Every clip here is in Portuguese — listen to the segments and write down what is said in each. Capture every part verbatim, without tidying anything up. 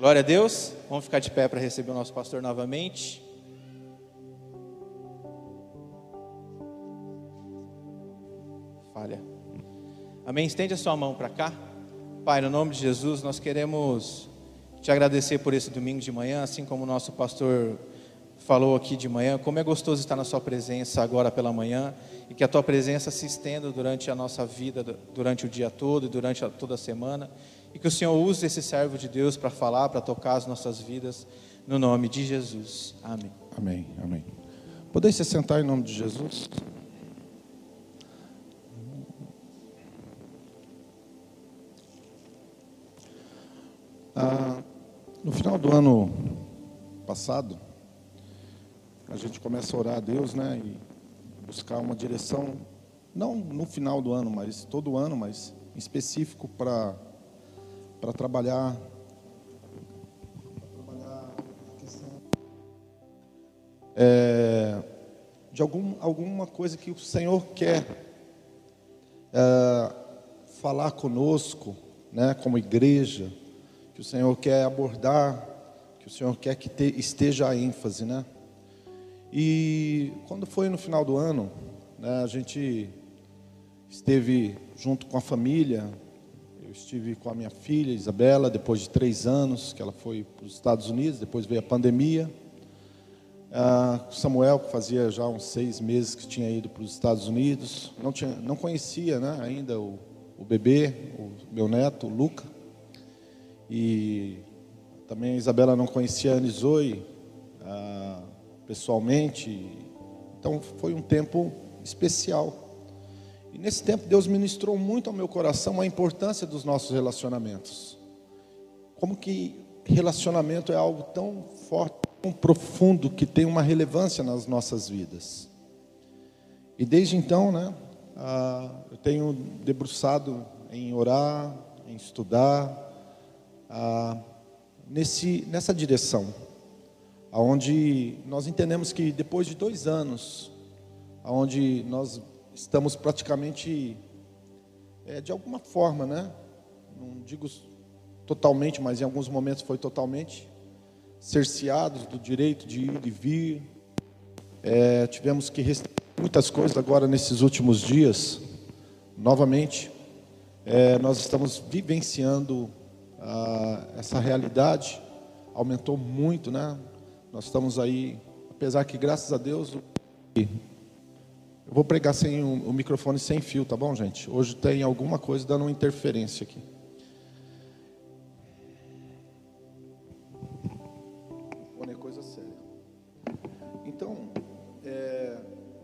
Glória a Deus. Vamos ficar de pé para receber o nosso pastor novamente. Falha. Amém. Estende a sua mão para cá. Pai, no nome de Jesus, nós queremos te agradecer por esse domingo de manhã, assim como o nosso pastor falou aqui de manhã, como é gostoso estar na sua presença agora pela manhã, e que a tua presença se estenda durante a nossa vida, durante o dia todo e durante a, toda a semana, e que o Senhor use esse servo de Deus para falar, para tocar as nossas vidas, no nome de Jesus. Amém. Amém, amém. Podem se sentar em nome de Jesus? Ah, no final do ano passado, a gente começa a orar a Deus, né, e buscar uma direção, não no final do ano, mas todo ano, mas em específico para para trabalhar, trabalhar a questão é, de algum, alguma coisa que o Senhor quer é, falar conosco, né, como igreja, que o Senhor quer abordar, que o Senhor quer que te, esteja a ênfase, né? E quando foi no final do ano, né, a gente esteve junto com a família. Eu estive com a minha filha Isabela, depois de três anos que ela foi para os Estados Unidos, depois veio a pandemia. Ah, Samuel, que fazia já uns seis meses que tinha ido para os Estados Unidos, não, tinha, não conhecia, né, ainda o, o bebê, o meu neto, o Luca. E também a Isabela não conhecia a Anizoe ah, pessoalmente. Então foi um tempo especial. E nesse tempo Deus ministrou muito ao meu coração a importância dos nossos relacionamentos. Como que relacionamento é algo tão forte, tão profundo, que tem uma relevância nas nossas vidas. E desde então, né, ah, eu tenho debruçado em orar, em estudar, ah, nesse, nessa direção, onde nós entendemos que depois de dois anos, onde nós estamos praticamente, é, de alguma forma, né, não digo totalmente, mas em alguns momentos foi totalmente, cerceados do direito de ir e vir, é, tivemos que restringir muitas coisas agora nesses últimos dias, novamente, é, nós estamos vivenciando ah, essa realidade, aumentou muito, né? Nós estamos aí, apesar que, graças a Deus, eu vou pregar sem o, o microfone sem fio, tá bom, gente? Hoje tem alguma coisa dando uma interferência aqui. É coisa séria. Então, é,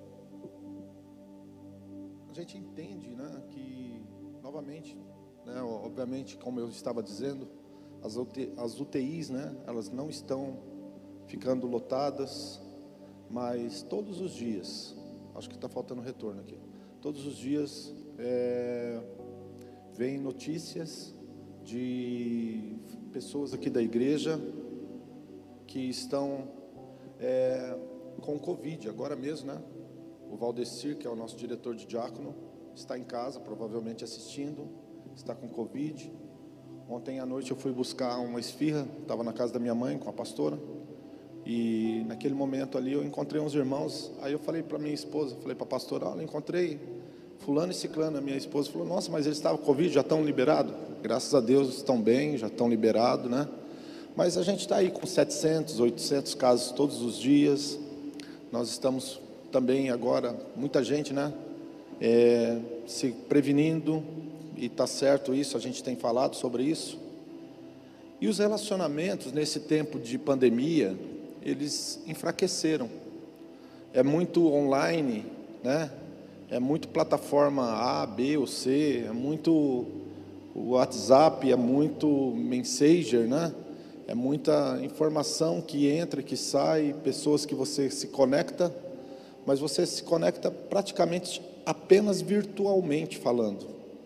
a gente entende, né, que, novamente, né, obviamente, como eu estava dizendo, as U T Is, né, elas não estão ficando lotadas, mas todos os dias, acho que está faltando retorno aqui, todos os dias é, vem notícias de pessoas aqui da igreja que estão é, com Covid, agora mesmo, né? O Valdecir, que é o nosso diretor de diácono, está em casa, provavelmente assistindo, está com Covid. Ontem à noite eu fui buscar uma esfirra, estava na casa da minha mãe com a pastora, e naquele momento ali eu encontrei uns irmãos. Aí eu falei para minha esposa, falei para a pastora, olha, encontrei fulano e ciclano. A minha esposa falou, nossa, mas eles estavam com Covid, já estão liberados? Graças a Deus estão bem, já estão liberados, né? Mas a gente está aí com setecentos, oitocentos casos todos os dias. Nós estamos também agora, muita gente, né, é, se prevenindo, e está certo isso, a gente tem falado sobre isso. E os relacionamentos nesse tempo de pandemia, eles enfraqueceram. É muito online, né? É muito plataforma A, B ou C, é muito WhatsApp, é muito Messenger, né? É muita informação que entra e que sai, pessoas que você se conecta, mas você se conecta praticamente apenas virtualmente falando.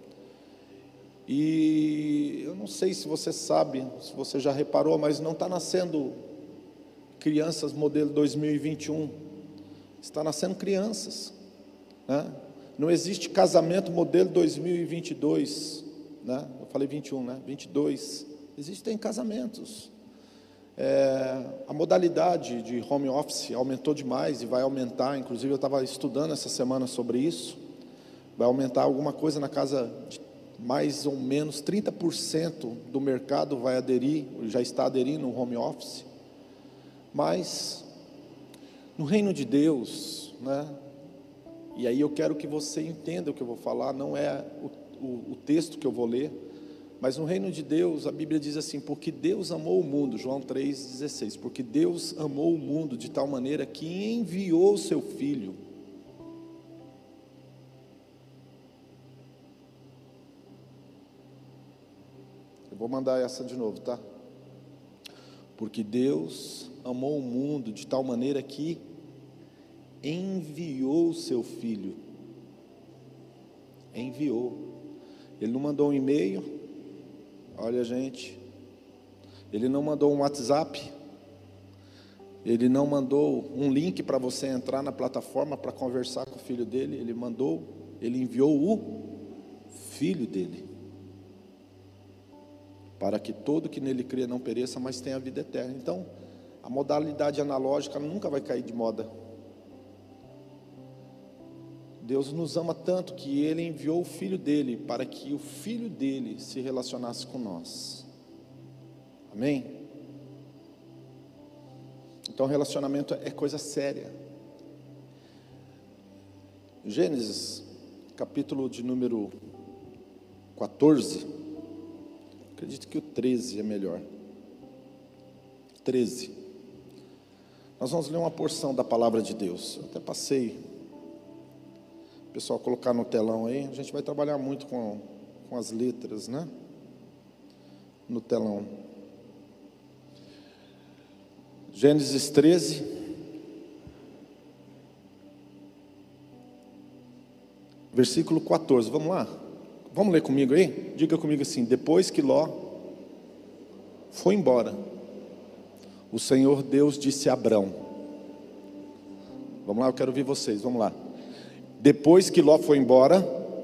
E eu não sei se você sabe, se você já reparou, mas não está nascendo crianças modelo dois mil e vinte e um, está nascendo crianças, né? Não existe casamento modelo dois mil e vinte e dois, né? Eu falei vinte e um, né? vinte e dois, existem casamentos, É, a modalidade de home office aumentou demais e vai aumentar. Inclusive eu estava estudando essa semana sobre isso. Vai aumentar alguma coisa na casa de mais ou menos trinta por cento do mercado vai aderir, já está aderindo no home office. Mas no reino de Deus, né? E aí eu quero que você entenda o que eu vou falar. Não é o, o, o texto que eu vou ler, mas no reino de Deus, a Bíblia diz assim: porque Deus amou o mundo, João três dezesseis, porque Deus amou o mundo de tal maneira que enviou o seu Filho. Eu vou mandar essa de novo, tá? Porque Deus amou o mundo de tal maneira que enviou o seu Filho. Enviou. Ele não mandou um e-mail. Olha, gente, Ele não mandou um WhatsApp, Ele não mandou um link para você entrar na plataforma para conversar com o Filho dele. Ele mandou, Ele enviou o Filho dele, para que todo que nele crê não pereça, mas tenha a vida eterna. Então, a modalidade analógica nunca vai cair de moda. Deus nos ama tanto que Ele enviou o Filho dele, para que o Filho dele se relacionasse com nós. Amém? Então relacionamento é coisa séria. Gênesis, capítulo de número quatorze, acredito que o treze é melhor. treze. Nós vamos ler uma porção da palavra de Deus. Eu até passei, pessoal, colocar no telão aí. A gente vai trabalhar muito com, com as letras, né? No telão. Gênesis treze. Versículo quatorze. Vamos lá? Vamos ler comigo aí? Diga comigo assim: depois que Ló foi embora, o Senhor Deus disse a Abrão. Vamos lá, eu quero ouvir vocês, vamos lá. Depois que Ló foi embora,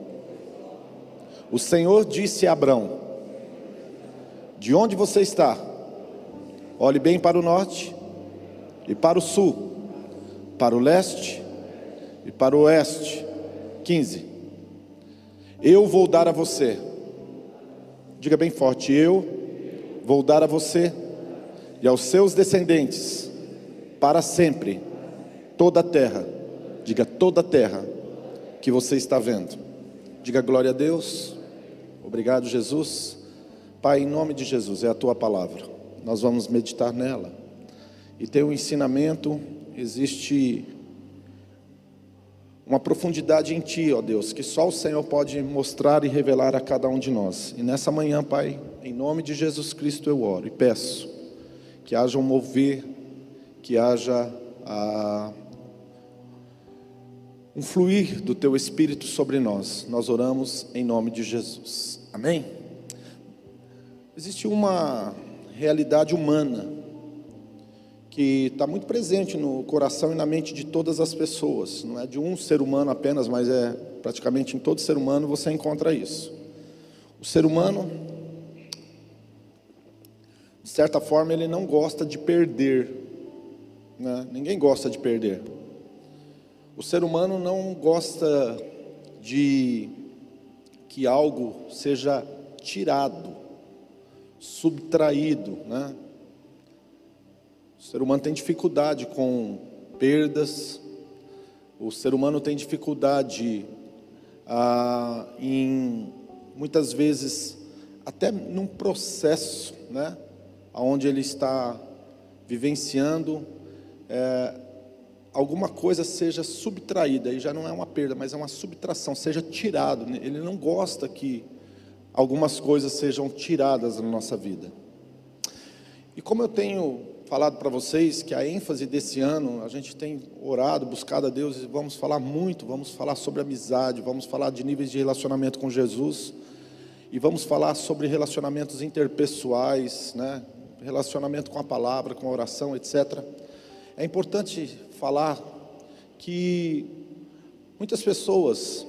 o Senhor disse a Abrão: de onde você está? Olhe bem para o norte e para o sul, para o leste e para o oeste. quinze. Eu vou dar a você, diga bem forte, eu vou dar a você e aos seus descendentes para sempre toda a terra. Diga toda a terra que você está vendo. Diga glória a Deus. Obrigado, Jesus. Pai, em nome de Jesus, é a tua palavra. Nós vamos meditar nela. E tem um ensinamento, existe uma profundidade em ti, ó Deus, que só o Senhor pode mostrar e revelar a cada um de nós. E nessa manhã, Pai, em nome de Jesus Cristo eu oro e peço que haja um mover, que haja a um fluir do teu Espírito sobre nós. Nós oramos em nome de Jesus. Amém? Existe uma realidade humana que está muito presente no coração e na mente de todas as pessoas. Não é de um ser humano apenas, mas é praticamente em todo ser humano você encontra isso. O ser humano, de certa forma, ele não gosta de perder, né? Ninguém gosta de perder. O ser humano não gosta de que algo seja tirado, subtraído, né? O ser humano tem dificuldade com perdas. O ser humano tem dificuldade ah, em, muitas vezes, até num processo, né? Onde ele está vivenciando, é, alguma coisa seja subtraída, e já não é uma perda, mas é uma subtração, seja tirado. Ele não gosta que algumas coisas sejam tiradas da nossa vida. E como eu tenho falado para vocês que a ênfase desse ano, a gente tem orado, buscado a Deus, e vamos falar muito, vamos falar sobre amizade, vamos falar de níveis de relacionamento com Jesus, e vamos falar sobre relacionamentos interpessoais, né? Relacionamento com a palavra, com a oração, etcétera. É importante falar que muitas pessoas,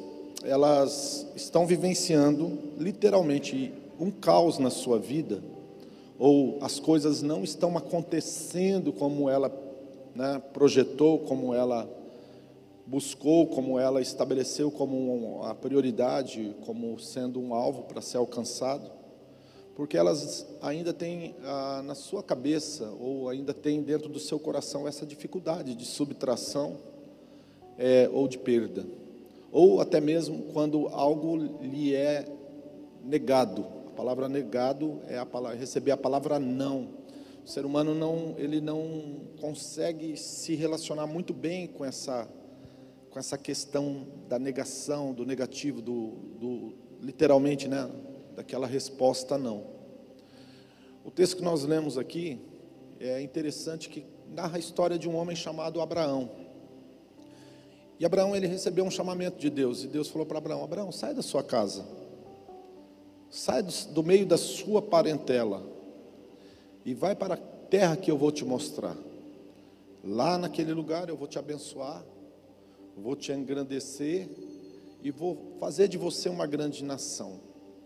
elas estão vivenciando literalmente um caos na sua vida, ou as coisas não estão acontecendo como ela, né, projetou, como ela buscou, como ela estabeleceu como a prioridade, como sendo um alvo para ser alcançado, porque elas ainda têm ah, na sua cabeça, ou ainda têm dentro do seu coração essa dificuldade de subtração é, ou de perda, ou até mesmo quando algo lhe é negado. A palavra negado é a palavra, receber a palavra não. O ser humano não, ele não consegue se relacionar muito bem com essa, com essa questão da negação, do negativo, do, do literalmente, né, daquela resposta não. O texto que nós lemos aqui é interessante, que narra a história de um homem chamado Abraão. E Abraão, ele recebeu um chamamento de Deus, e Deus falou para Abraão: Abraão, sai da sua casa, sai do, do meio da sua parentela, e vai para a terra que eu vou te mostrar. Lá naquele lugar eu vou te abençoar, vou te engrandecer, e vou fazer de você uma grande nação.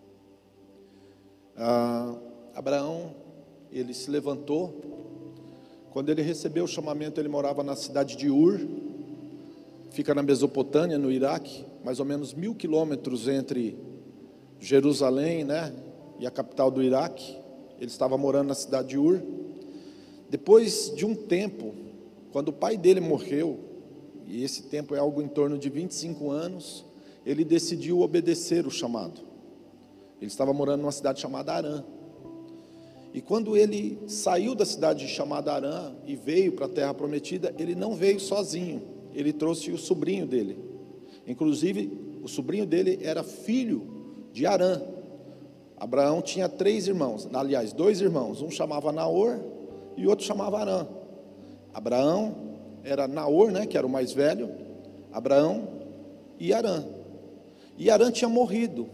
Ah, Abraão, ele se levantou. Quando ele recebeu o chamamento, ele morava na cidade de Ur, fica na Mesopotâmia, no Iraque, mais ou menos mil quilômetros entre Jerusalém, né, e a capital do Iraque. Ele estava morando na cidade de Ur. Depois de um tempo, quando o pai dele morreu, e esse tempo é algo em torno de vinte e cinco anos, ele decidiu obedecer o chamado. Ele estava morando numa cidade chamada Harã. E quando ele saiu da cidade chamada Harã e veio para a terra prometida, ele não veio sozinho, ele trouxe o sobrinho dele. Inclusive, o sobrinho dele era filho de Harã. Abraão tinha três irmãos, aliás, dois irmãos, um chamava Naor e o outro chamava Harã. Abraão era Naor, né, que era o mais velho, Abraão e Harã. E Harã tinha morrido.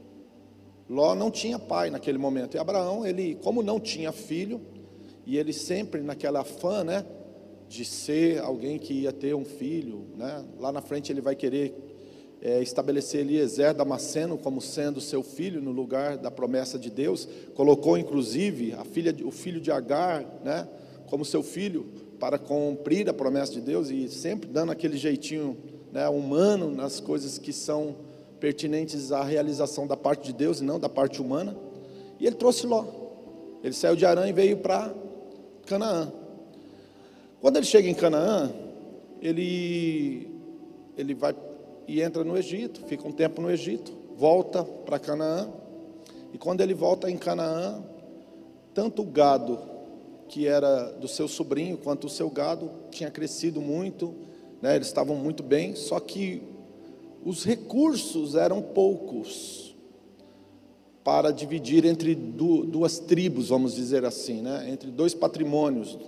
Ló não tinha pai naquele momento, e Abraão, ele, como não tinha filho, e ele sempre naquela afã, né, de ser alguém que ia ter um filho, né, lá na frente ele vai querer é, estabelecer Eliezer Damasceno como sendo seu filho no lugar da promessa de Deus, colocou inclusive a filha, o filho de Agar, né, como seu filho, para cumprir a promessa de Deus, e sempre dando aquele jeitinho, né, humano nas coisas que são pertinentes à realização da parte de Deus e não da parte humana. E ele trouxe Ló. Ele saiu de Harã e veio para Canaã. Quando ele chega em Canaã, ele, ele vai e entra no Egito, fica um tempo no Egito, volta para Canaã, e quando ele volta em Canaã, tanto o gado que era do seu sobrinho, quanto o seu gado, tinha crescido muito, né, eles estavam muito bem, só que os recursos eram poucos para dividir entre duas tribos, vamos dizer assim, né? Entre dois patrimônios,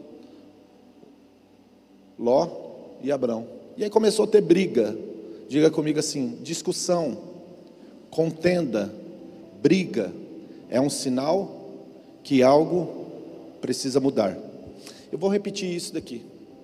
Ló e Abrão. E aí começou a ter briga. Diga comigo assim: discussão, contenda, briga é um sinal que algo precisa mudar. Eu vou repetir isso daqui.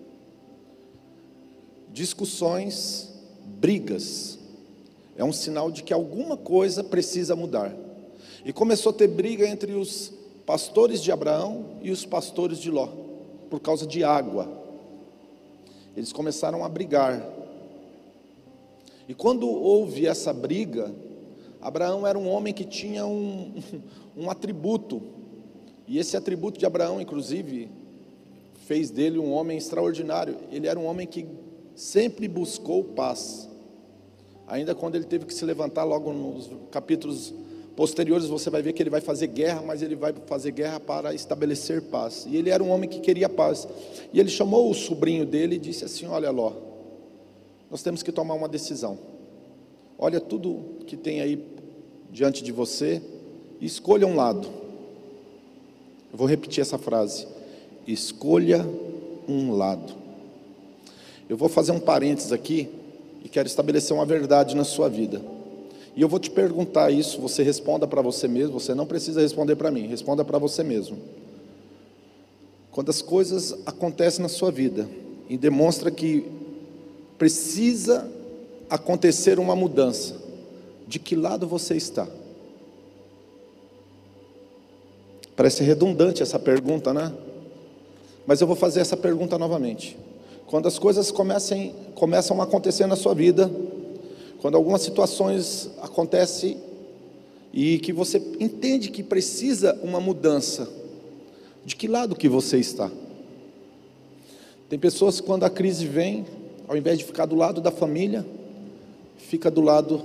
Discussões, brigas é um sinal de que alguma coisa precisa mudar. E começou a ter briga entre os pastores de Abraão e os pastores de Ló, por causa de água. Eles começaram a brigar. E quando houve essa briga, Abraão era um homem que tinha um, um atributo, e esse atributo de Abraão, inclusive, fez dele um homem extraordinário. Ele era um homem que sempre buscou paz. Ainda quando ele teve que se levantar, logo nos capítulos posteriores, você vai ver que ele vai fazer guerra, mas ele vai fazer guerra para estabelecer paz. E ele era um homem que queria paz. E ele chamou o sobrinho dele e disse assim: olha, Ló, nós temos que tomar uma decisão. Olha tudo que tem aí diante de você e escolha um lado. Eu vou repetir essa frase: escolha um lado. Eu vou fazer um parênteses aqui e quero estabelecer uma verdade na sua vida. E eu vou te perguntar isso, você responda para você mesmo, você não precisa responder para mim, responda para você mesmo. Quando as coisas acontecem na sua vida e demonstra que precisa acontecer uma mudança, de que lado você está? Parece redundante essa pergunta, né? Mas eu vou fazer essa pergunta novamente. Quando as coisas comecem, começam a acontecer na sua vida, quando algumas situações acontecem e que você entende que precisa uma mudança, de que lado que você está? Tem pessoas que quando a crise vem, ao invés de ficar do lado da família, fica do lado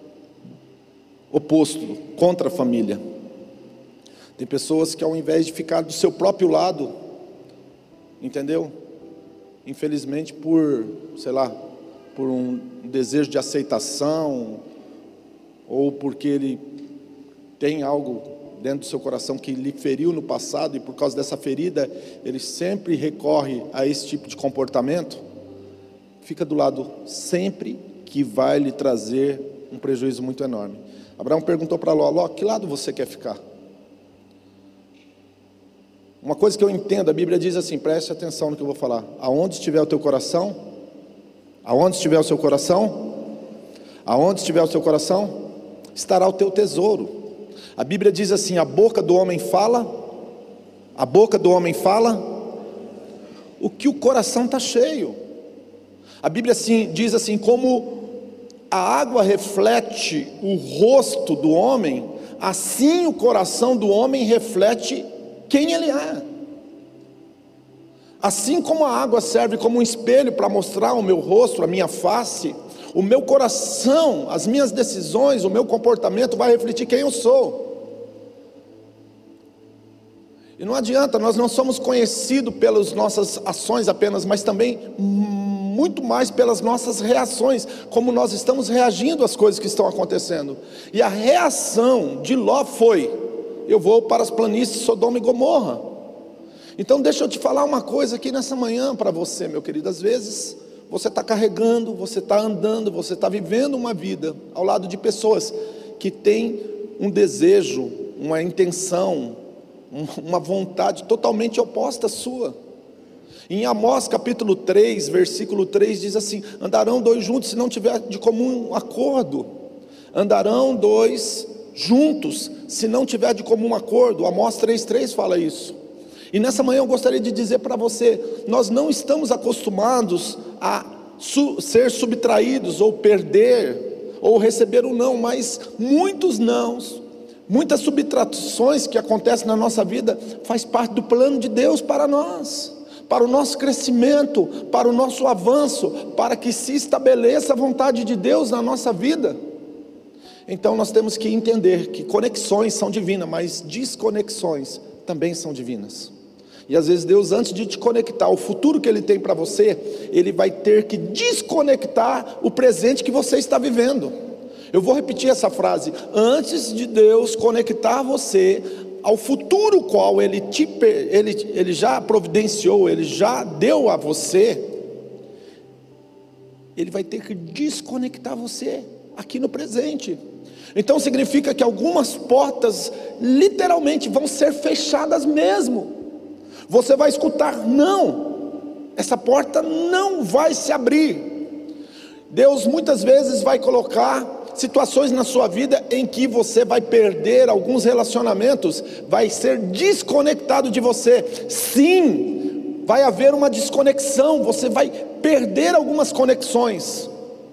oposto, contra a família. Tem pessoas que ao invés de ficar do seu próprio lado, entendeu? Infelizmente por, sei lá, por um desejo de aceitação, ou porque ele tem algo dentro do seu coração que lhe feriu no passado, e por causa dessa ferida, ele sempre recorre a esse tipo de comportamento, fica do lado sempre que vai lhe trazer um prejuízo muito enorme. Abraão perguntou para Ló: Ló, que lado você quer ficar? Uma coisa que eu entendo, a Bíblia diz assim, preste atenção no que eu vou falar: aonde estiver o teu coração, aonde estiver o seu coração, aonde estiver o seu coração, estará o teu tesouro. A Bíblia diz assim: a boca do homem fala, a boca do homem fala o que o coração está cheio. A Bíblia assim, diz assim, como a água reflete o rosto do homem, assim o coração do homem reflete quem ele é. Assim como a água serve como um espelho para mostrar o meu rosto, a minha face, o meu coração, as minhas decisões, o meu comportamento vai refletir quem eu sou. E não adianta, nós não somos conhecidos pelas nossas ações apenas, mas também muito mais pelas nossas reações, como nós estamos reagindo às coisas que estão acontecendo. E a reação de Ló foi: eu vou para as planícies de Sodoma e Gomorra. Então deixa eu te falar uma coisa aqui nessa manhã para você, meu querido. Às vezes você está carregando, você está andando, você está vivendo uma vida ao lado de pessoas que têm um desejo, uma intenção, uma vontade totalmente oposta à sua. Em Amós capítulo três, versículo três diz assim: andarão dois juntos se não tiver de comum acordo. Andarão dois juntos se não tiver de comum acordo. Amós três, três fala isso. E nessa manhã eu gostaria de dizer para você: nós não estamos acostumados a su- ser subtraídos, ou perder, ou receber um não, mas muitos nãos, muitas subtrações que acontecem na nossa vida, faz parte do plano de Deus para nós, para o nosso crescimento, para o nosso avanço, para que se estabeleça a vontade de Deus na nossa vida. Então nós temos que entender que conexões são divinas, mas desconexões também são divinas. E às vezes Deus, antes de te conectar ao futuro que Ele tem para você, Ele vai ter que desconectar o presente que você está vivendo. Eu vou repetir essa frase: antes de Deus conectar você ao futuro qual Ele, te, ele, ele já providenciou, Ele já deu a você, Ele vai ter que desconectar você aqui no presente. Então significa que algumas portas literalmente vão ser fechadas mesmo. Você vai escutar: não, essa porta não vai se abrir. Deus muitas vezes vai colocar situações na sua vida em que você vai perder alguns relacionamentos, vai ser desconectado de você. Sim, vai haver uma desconexão, você vai perder algumas conexões.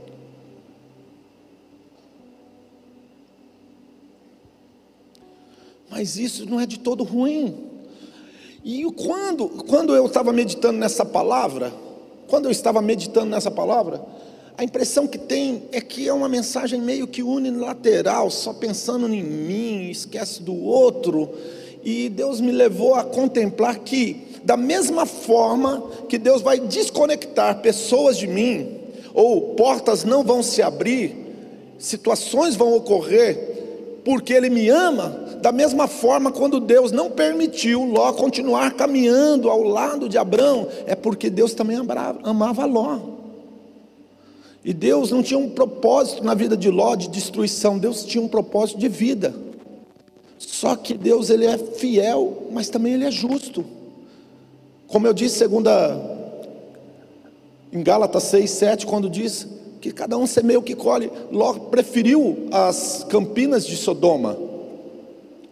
Mas isso não é de todo ruim. E quando, quando eu estava meditando nessa palavra, quando eu estava meditando nessa palavra, a impressão que tem é que é uma mensagem meio que unilateral, só pensando em mim, esquece do outro. E Deus me levou a contemplar que, da mesma forma que Deus vai desconectar pessoas de mim, ou portas não vão se abrir, situações vão ocorrer, porque Ele me ama, da mesma forma, quando Deus não permitiu Ló continuar caminhando ao lado de Abrão, é porque Deus também amava Ló. E Deus não tinha um propósito na vida de Ló de destruição, Deus tinha um propósito de vida. Só que Deus, Ele é fiel, mas também Ele é justo. Como eu disse, segunda, em Gálatas seis, sete, quando diz que cada um semeia o que colhe, Ló preferiu as campinas de Sodoma,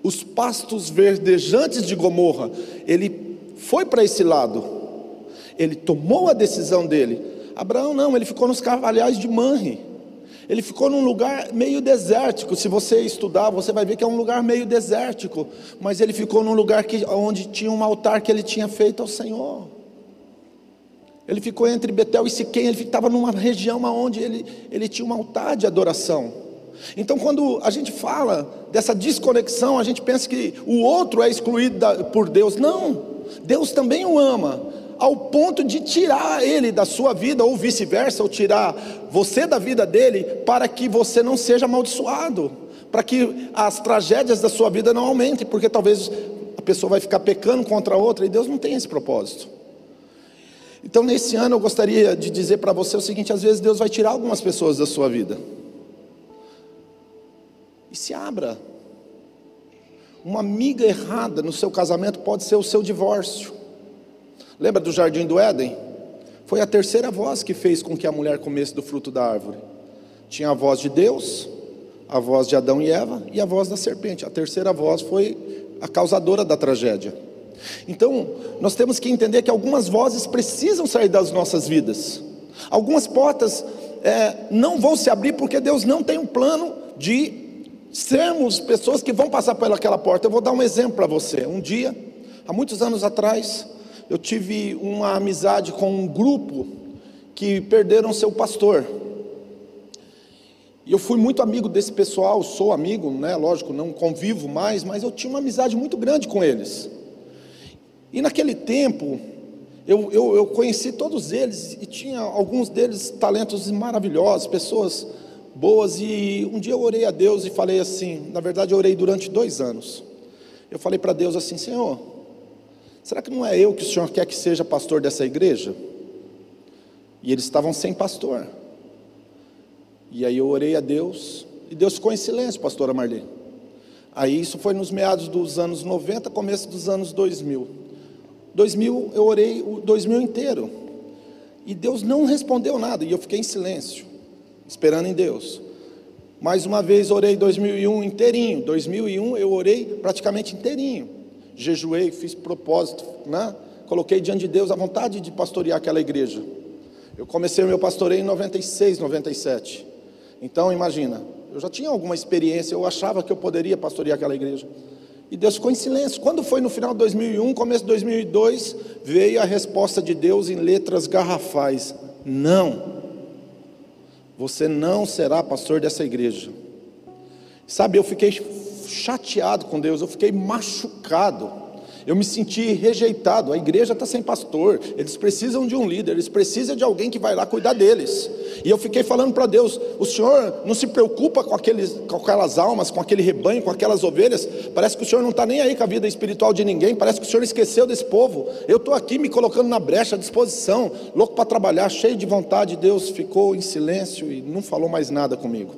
os pastos verdejantes de Gomorra. Ele foi para esse lado, ele tomou a decisão dele. Abraão não, ele ficou nos carvalhais de Manre, ele ficou num lugar meio desértico. Se você estudar, você vai ver que é um lugar meio desértico, mas ele ficou num lugar que, onde tinha um altar que ele tinha feito ao Senhor. Ele ficou entre Betel e Siquém, ele estava numa região onde ele, ele tinha um altar de adoração. Então, quando a gente fala dessa desconexão, a gente pensa que o outro é excluído da, por Deus. Não, Deus também o ama, ao ponto de tirar ele da sua vida, ou vice-versa, ou tirar você da vida dele, para que você não seja amaldiçoado, para que as tragédias da sua vida não aumentem, porque talvez a pessoa vai ficar pecando contra a outra, e Deus não tem esse propósito. Então, nesse ano eu gostaria de dizer para você o seguinte: às vezes Deus vai tirar algumas pessoas da sua vida, e se abra. Uma amiga errada no seu casamento pode ser o seu divórcio. Lembra do jardim do Éden? Foi a terceira voz que fez com que a mulher comesse do fruto da árvore. Tinha a voz de Deus, a voz de Adão e Eva, e a voz da serpente. A terceira voz foi a causadora da tragédia. Então, nós temos que entender que algumas vozes precisam sair das nossas vidas. Algumas portas é, não vão se abrir, porque Deus não tem um plano de sermos pessoas que vão passar pelaquela porta. Eu vou dar um exemplo para você. Um dia, há muitos anos atrás, eu tive uma amizade com um grupo que perderam seu pastor. E eu fui muito amigo desse pessoal, sou amigo, né? Lógico, não convivo mais, mas eu tinha uma amizade muito grande com eles. E naquele tempo, eu, eu, eu conheci todos eles, e tinha alguns deles talentos maravilhosos, pessoas boas. E um dia eu orei a Deus e falei assim, na verdade eu orei durante dois anos. Eu falei para Deus assim: Senhor, será que não é eu que o Senhor quer que seja pastor dessa igreja? E eles estavam sem pastor. E aí eu orei a Deus, e Deus ficou em silêncio, pastora Marli. Aí isso foi nos meados dos anos noventa, começo dos anos dois mil. dois mil eu orei o dois mil inteiro, e Deus não respondeu nada, e eu fiquei em silêncio, esperando em Deus. Mais uma vez orei dois mil e um inteirinho. dois mil e um eu orei praticamente inteirinho, jejuei, fiz propósito, né? Coloquei diante de Deus a vontade de pastorear aquela igreja. Eu comecei o meu pastoreio em noventa e seis, noventa e sete. Então imagina, eu já tinha alguma experiência, eu achava que eu poderia pastorear aquela igreja. E Deus ficou em silêncio. Quando foi no final de dois mil e um, começo de dois mil e dois, veio a resposta de Deus em letras garrafais: não, você não será pastor dessa igreja. Sabe, eu fiquei chateado com Deus, eu fiquei machucado, eu me senti rejeitado. A igreja está sem pastor, eles precisam de um líder, eles precisam de alguém que vai lá cuidar deles. E eu fiquei falando para Deus: o Senhor não se preocupa com, aqueles, com aquelas almas, com aquele rebanho, com aquelas ovelhas? Parece que o Senhor não está nem aí com a vida espiritual de ninguém, parece que o Senhor esqueceu desse povo. Eu estou aqui me colocando na brecha, à disposição, louco para trabalhar, cheio de vontade. Deus ficou em silêncio e não falou mais nada comigo.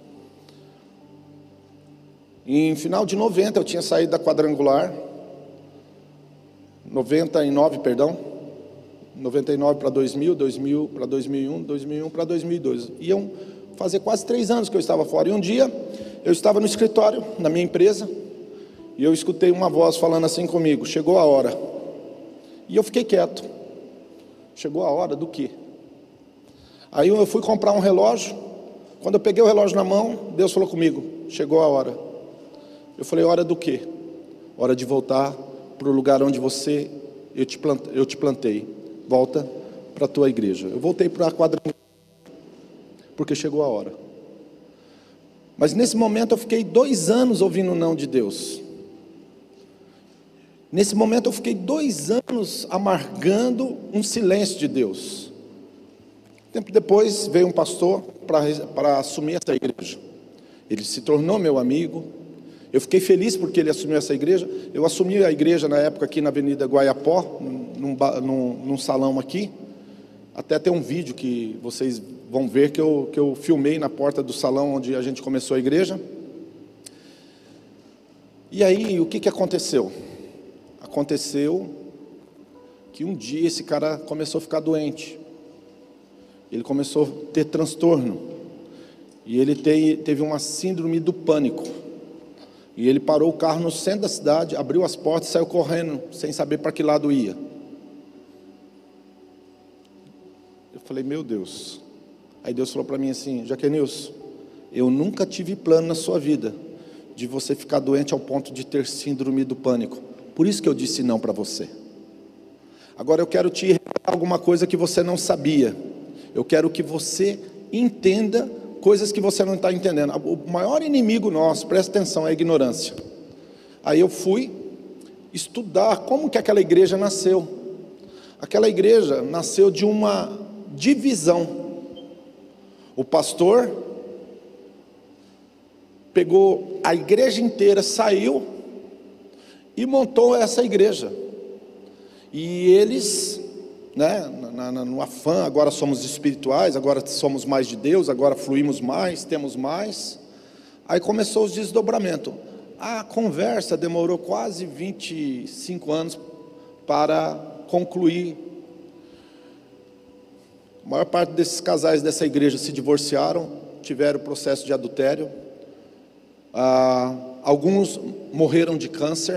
Em final de noventa eu tinha saído da quadrangular, noventa e nove, perdão, noventa e nove para dois mil, dois mil para dois mil e um, dois mil e um para dois mil e dois. Iam fazer quase três anos que eu estava fora. E um dia eu estava no escritório, na minha empresa, e eu escutei uma voz falando assim comigo: chegou a hora. E eu fiquei quieto. Chegou a hora do quê? Aí eu fui comprar um relógio. Quando eu peguei o relógio na mão, Deus falou comigo: chegou a hora. Eu falei: hora do quê? Hora de voltar para o lugar onde você, eu te, plante, eu te plantei. Volta para a tua igreja. Eu voltei para a quadrangular, porque chegou a hora. Mas nesse momento eu fiquei dois anos ouvindo o não de Deus. Nesse momento eu fiquei dois anos amargando um silêncio de Deus. Tempo depois veio um pastor para assumir essa igreja. Ele se tornou meu amigo. Eu fiquei feliz porque ele assumiu essa igreja. Eu assumi a igreja na época aqui na Avenida Guaiapó, num, num, num salão aqui. Até tem um vídeo que vocês vão ver que eu, que eu filmei na porta do salão onde a gente começou a igreja. E aí, o que, que aconteceu? Aconteceu que um dia esse cara começou a ficar doente. Ele começou a ter transtorno. E ele te, teve uma síndrome do pânico. E ele parou o carro no centro da cidade, abriu as portas e saiu correndo, sem saber para que lado ia. Eu falei, meu Deus. Aí Deus falou para mim assim, Jaquenilson, eu nunca tive plano na sua vida de você ficar doente ao ponto de ter síndrome do pânico. Por isso que eu disse não para você. Agora eu quero te revelar alguma coisa que você não sabia. Eu quero que você entenda coisas que você não está entendendo. O maior inimigo nosso, presta atenção, é a ignorância. Aí eu fui estudar como que aquela igreja nasceu. Aquela igreja nasceu de uma divisão. O pastor pegou a igreja inteira, saiu e montou essa igreja. E eles, né, na, na, no afã, agora somos espirituais, agora somos mais de Deus, agora fluímos mais, temos mais. Aí começou os desdobramentos. A conversa demorou quase vinte e cinco anos para concluir. A maior parte desses casais dessa igreja se divorciaram, tiveram processo de adultério. Ah, alguns morreram de câncer.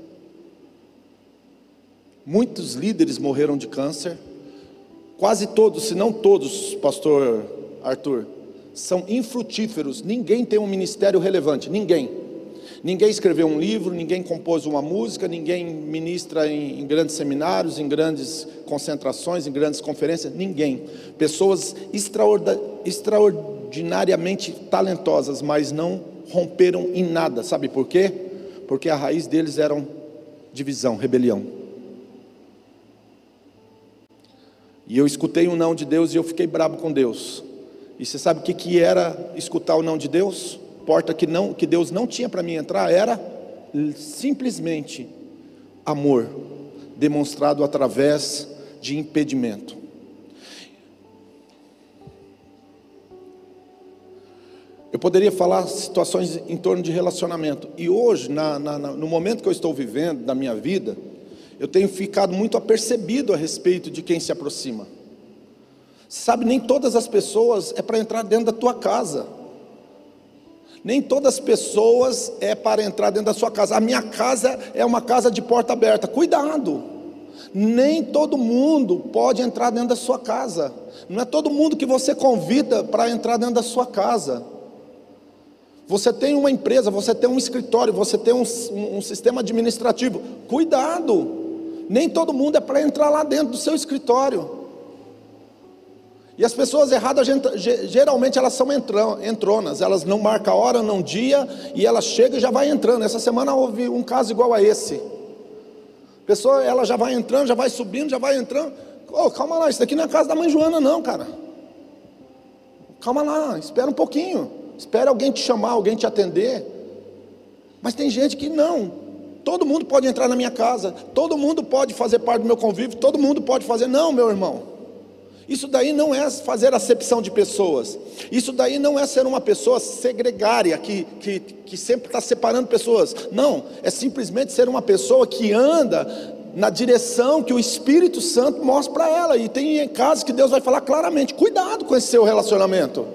Muitos líderes morreram de câncer. Quase todos, se não todos, pastor Arthur, são infrutíferos. Ninguém tem um ministério relevante, ninguém. Ninguém escreveu um livro, ninguém compôs uma música, ninguém ministra em, em grandes seminários, em grandes concentrações, em grandes conferências, ninguém. Pessoas extraorda, extraordinariamente talentosas, mas não romperam em nada. Sabe por quê? Porque a raiz deles era divisão, rebelião. E eu escutei um não de Deus e eu fiquei bravo com Deus. E você sabe o que, que era escutar o não de Deus? Porta que, não, que Deus não tinha para mim entrar, era simplesmente amor, demonstrado através de impedimento. Eu poderia falar situações em torno de relacionamento. E hoje, na, na, no momento que eu estou vivendo, da minha vida, eu tenho ficado muito apercebido a respeito de quem se aproxima. Sabe, nem todas as pessoas é para entrar dentro da tua casa. Nem todas as pessoas é para entrar dentro da sua casa. A minha casa é uma casa de porta aberta. Cuidado! Nem todo mundo pode entrar dentro da sua casa. Não é todo mundo que você convida para entrar dentro da sua casa. Você tem uma empresa, você tem um escritório, você tem um, um, um sistema administrativo. Cuidado! Nem todo mundo é para entrar lá dentro do seu escritório. E as pessoas erradas, geralmente elas são entronas, elas não marcam a hora, não dia, e ela chega e já vai entrando. Essa semana houve um caso igual a esse. A pessoa, ela já vai entrando, já vai subindo, já vai entrando. Oh, calma lá, isso daqui não é a casa da mãe Joana não, cara. Calma lá, espera um pouquinho. Espera alguém te chamar, alguém te atender. Mas tem gente que não. Todo mundo pode entrar na minha casa, todo mundo pode fazer parte do meu convívio, todo mundo pode fazer. Não, meu irmão. Isso daí não é fazer acepção de pessoas. Isso daí não é ser uma pessoa segregária, que, que, que sempre está separando pessoas. Não, é simplesmente ser uma pessoa que anda na direção que o Espírito Santo mostra para ela. E tem casos que Deus vai falar claramente: cuidado com esse seu relacionamento.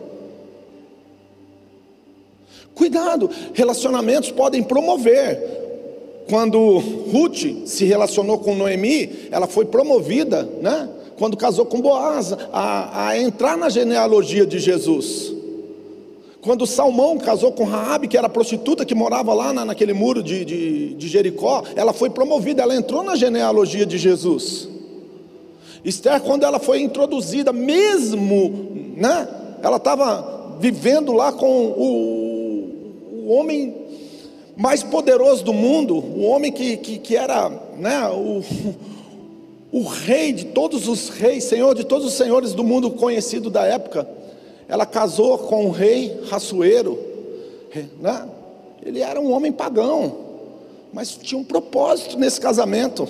Cuidado, relacionamentos podem promover. Quando Ruth se relacionou com Noemi, ela foi promovida, né? Quando casou com Boaz, a, a entrar na genealogia de Jesus. Quando Salmão casou com Raabe, que era prostituta, que morava lá na, naquele muro de, de, de Jericó, ela foi promovida, ela entrou na genealogia de Jesus. Esther, quando ela foi introduzida, mesmo, né, ela estava vivendo lá com o, o homem mais poderoso do mundo, o homem que, que, que era, né, o... o rei de todos os reis, senhor de todos os senhores do mundo conhecido da época. Ela casou com o rei Assuero, né? Ele era um homem pagão, mas tinha um propósito nesse casamento.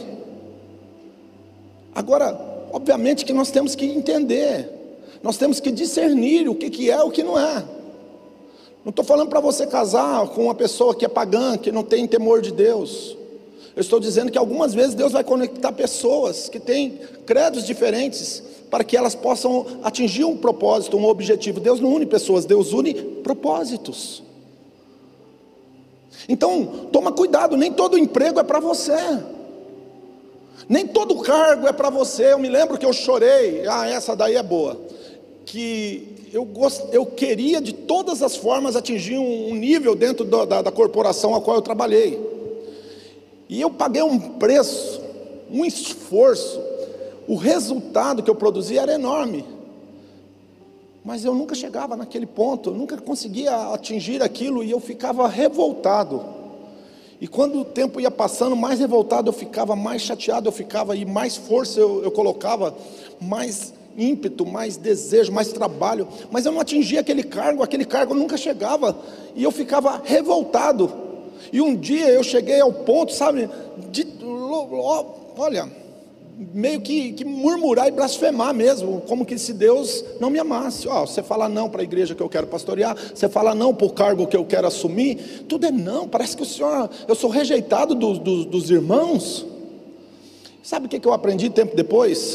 Agora, obviamente que nós temos que entender, nós temos que discernir o que, que é e o que não é. Não estou falando para você casar com uma pessoa que é pagã, que não tem temor de Deus. Eu estou dizendo que algumas vezes Deus vai conectar pessoas que têm credos diferentes, para que elas possam atingir um propósito, um objetivo. Deus não une pessoas, Deus une propósitos. Então, toma cuidado, nem todo emprego é para você, nem todo cargo é para você. Eu me lembro que eu chorei, ah, essa daí é boa, que eu, gost... eu queria de todas as formas atingir um nível dentro da, da, da corporação a qual eu trabalhei, e eu paguei um preço, um esforço, o resultado que eu produzi era enorme, mas eu nunca chegava naquele ponto, eu nunca conseguia atingir aquilo, e eu ficava revoltado. E quando o tempo ia passando, mais revoltado eu ficava, mais chateado eu ficava, e mais força eu, eu colocava, mais ímpeto, mais desejo, mais trabalho, mas eu não atingia aquele cargo, aquele cargo nunca chegava, e eu ficava revoltado. E um dia eu cheguei ao ponto, sabe, de, olha, meio que, que murmurar e blasfemar mesmo, como que se Deus não me amasse. Ó, você fala não para a igreja que eu quero pastorear, você fala não para o cargo que eu quero assumir, tudo é não, parece que o Senhor, eu sou rejeitado do, do, dos irmãos. Sabe o que, que eu aprendi tempo depois?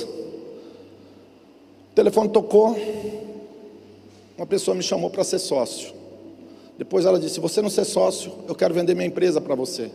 O telefone tocou, uma pessoa me chamou para ser sócio. Depois ela disse: se você não ser sócio, eu quero vender minha empresa para você.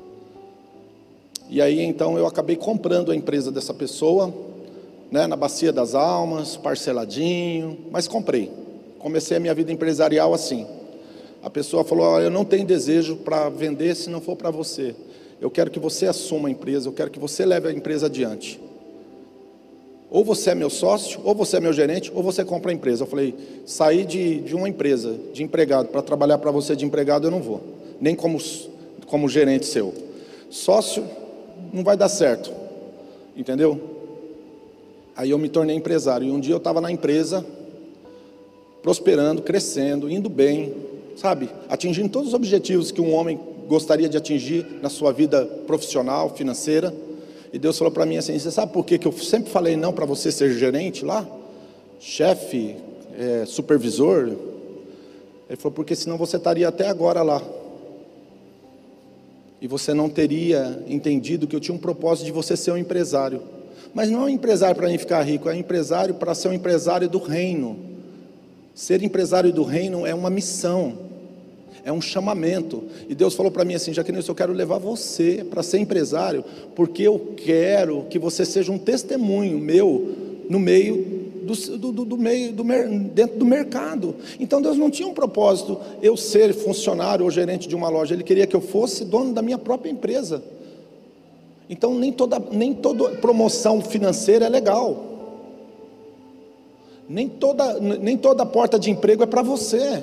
E aí então eu acabei comprando a empresa dessa pessoa, né, na Bacia das Almas, parceladinho, mas comprei. Comecei a minha vida empresarial assim. A pessoa falou: oh, eu não tenho desejo para vender se não for para você. Eu quero que você assuma a empresa, eu quero que você leve a empresa adiante. Ou você é meu sócio, ou você é meu gerente, ou você compra a empresa. Eu falei: sair de, de uma empresa, de empregado, para trabalhar para você de empregado eu não vou, nem como, como gerente seu. Sócio não vai dar certo, entendeu? Aí eu me tornei empresário, e um dia eu estava na empresa, prosperando, crescendo, indo bem, sabe, atingindo todos os objetivos que um homem gostaria de atingir na sua vida profissional, financeira. E Deus falou para mim assim: você sabe por que que eu sempre falei não para você ser gerente lá? Chefe, é, supervisor? Ele falou: porque senão você estaria até agora lá. E você não teria entendido que eu tinha um propósito de você ser um empresário. Mas não é um empresário para mim ficar rico, é um empresário para ser um empresário do reino. Ser empresário do reino é uma missão, é um chamamento. E Deus falou para mim assim: Jaqueline, eu quero levar você para ser empresário, porque eu quero que você seja um testemunho meu no meio do, do, do meio do, dentro do mercado. Então Deus não tinha um propósito eu ser funcionário ou gerente de uma loja, Ele queria que eu fosse dono da minha própria empresa. Então nem toda, nem toda promoção financeira é legal, nem toda, nem toda porta de emprego é para você.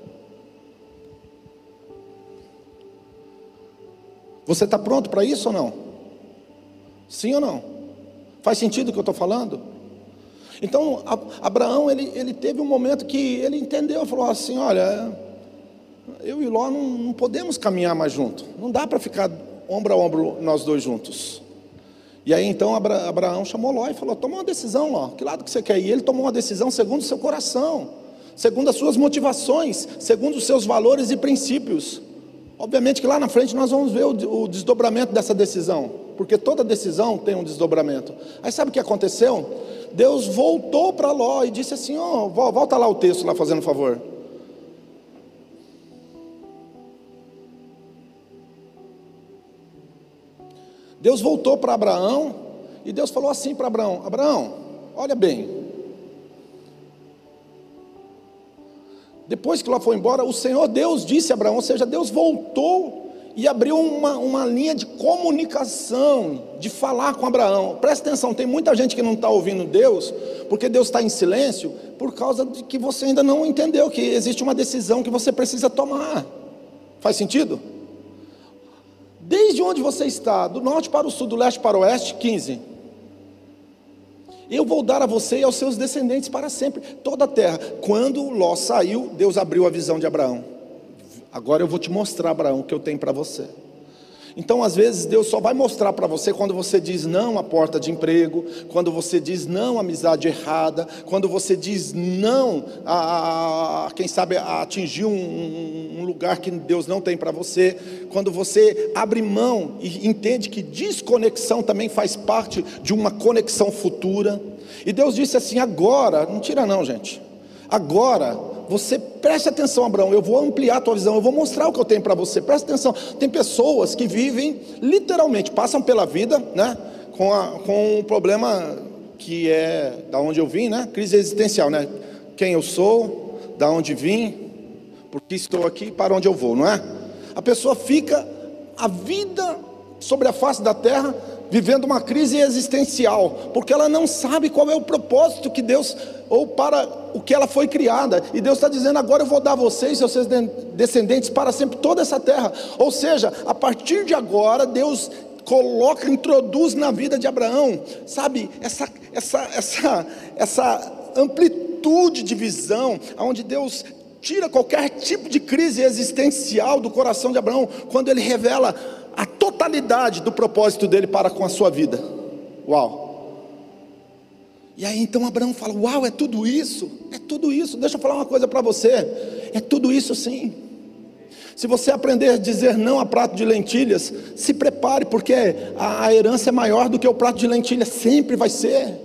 Você está pronto para isso ou não? Sim ou não? Faz sentido o que eu estou falando? Então Abraão, ele, ele teve um momento que ele entendeu, falou assim: olha, eu e Ló não, não podemos caminhar mais junto, não dá para ficar ombro a ombro nós dois juntos. E aí então Abra, Abraão chamou Ló e falou: toma uma decisão, Ló, que lado que você quer ir? Ele tomou uma decisão segundo o seu coração, segundo as suas motivações, segundo os seus valores e princípios. Obviamente que lá na frente nós vamos ver o, o desdobramento dessa decisão, porque toda decisão tem um desdobramento. Aí sabe o que aconteceu? Deus voltou para Ló e disse assim: ó, oh, volta lá o texto lá, fazendo favor. Deus voltou para Abraão, e Deus falou assim para Abraão: Abraão, olha bem, depois que Ló foi embora, o Senhor Deus disse a Abraão, ou seja, Deus voltou e abriu uma, uma linha de comunicação, de falar com Abraão. Presta atenção, tem muita gente que não está ouvindo Deus, porque Deus está em silêncio, por causa de que você ainda não entendeu que existe uma decisão que você precisa tomar. Faz sentido? Desde onde você está, do norte para o sul, do leste para o oeste, quinze. Eu vou dar a você e aos seus descendentes para sempre toda a terra. Quando Ló saiu, Deus abriu a visão de Abraão. Agora eu vou te mostrar, Abraão, o que eu tenho para você. Então às vezes Deus só vai mostrar para você quando você diz não à porta de emprego, quando você diz não à amizade errada, quando você diz não a, a quem sabe a atingir um, um lugar que Deus não tem para você, quando você abre mão e entende que desconexão também faz parte de uma conexão futura. E Deus disse assim: agora, não tira não, gente, agora, você preste atenção, Abraão, eu vou ampliar a tua visão, eu vou mostrar o que eu tenho para você, presta atenção. Tem pessoas que vivem, literalmente, passam pela vida, né, com, a, com um problema que é, da onde eu vim, né, crise existencial, né, quem eu sou, da onde vim, por que estou aqui, para onde eu vou, não é? A pessoa fica a vida sobre a face da terra, vivendo uma crise existencial, porque ela não sabe qual é o propósito que Deus, ou para o que ela foi criada, e Deus está dizendo, agora eu vou dar a vocês, seus descendentes, para sempre toda essa terra. Ou seja, a partir de agora, Deus coloca, introduz na vida de Abraão, sabe, essa, essa, essa, essa amplitude de visão, onde Deus tira qualquer tipo de crise existencial do coração de Abraão, quando ele revela a totalidade do propósito dele para com a sua vida. Uau! E aí então Abraão fala, uau, é tudo isso? É tudo isso, deixa eu falar uma coisa para você, é tudo isso sim. Se você aprender a dizer não a prato de lentilhas, se prepare, porque a, a herança é maior do que o prato de lentilhas, sempre vai ser.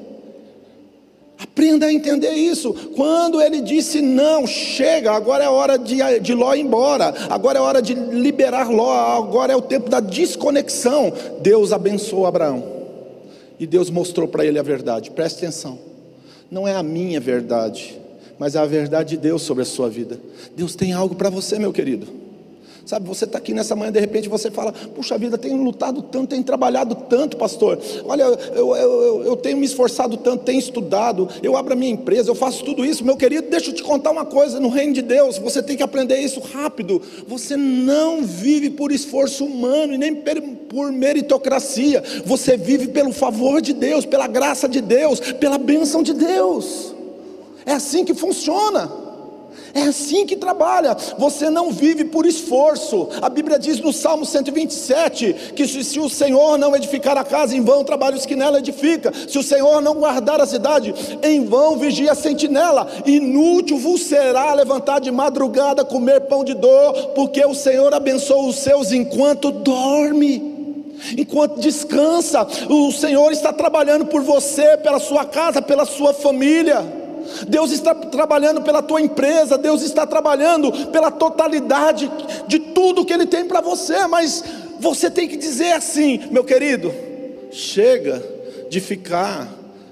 Aprenda a entender isso. Quando ele disse não, chega, agora é hora de, de Ló ir embora, agora é hora de liberar Ló, agora é o tempo da desconexão. Deus abençoou Abraão, e Deus mostrou para ele a verdade. Preste atenção, não é a minha verdade, mas é a verdade de Deus sobre a sua vida. Deus tem algo para você, meu querido. Sabe, você está aqui nessa manhã, de repente você fala, puxa vida, tenho lutado tanto, tenho trabalhado tanto, pastor, olha, eu, eu, eu, eu tenho me esforçado tanto, tenho estudado, eu abro a minha empresa, eu faço tudo isso. Meu querido, deixa eu te contar uma coisa, no reino de Deus, você tem que aprender isso rápido. Você não vive por esforço humano, e nem por meritocracia, você vive pelo favor de Deus, pela graça de Deus, pela bênção de Deus. É assim que funciona. É assim que trabalha. Você não vive por esforço. A Bíblia diz no Salmo cento e vinte e sete, que se, se o Senhor não edificar a casa, em vão trabalha os que nela edifica. Se o Senhor não guardar a cidade, em vão vigia a sentinela. Inútil vos será levantar de madrugada, comer pão de dor, porque o Senhor abençoa os seus enquanto dorme, enquanto descansa. O Senhor está trabalhando por você, pela sua casa, pela sua família. Deus está trabalhando pela tua empresa, Deus está trabalhando pela totalidade de tudo que Ele tem para você, mas você tem que dizer assim, meu querido, chega de ficar,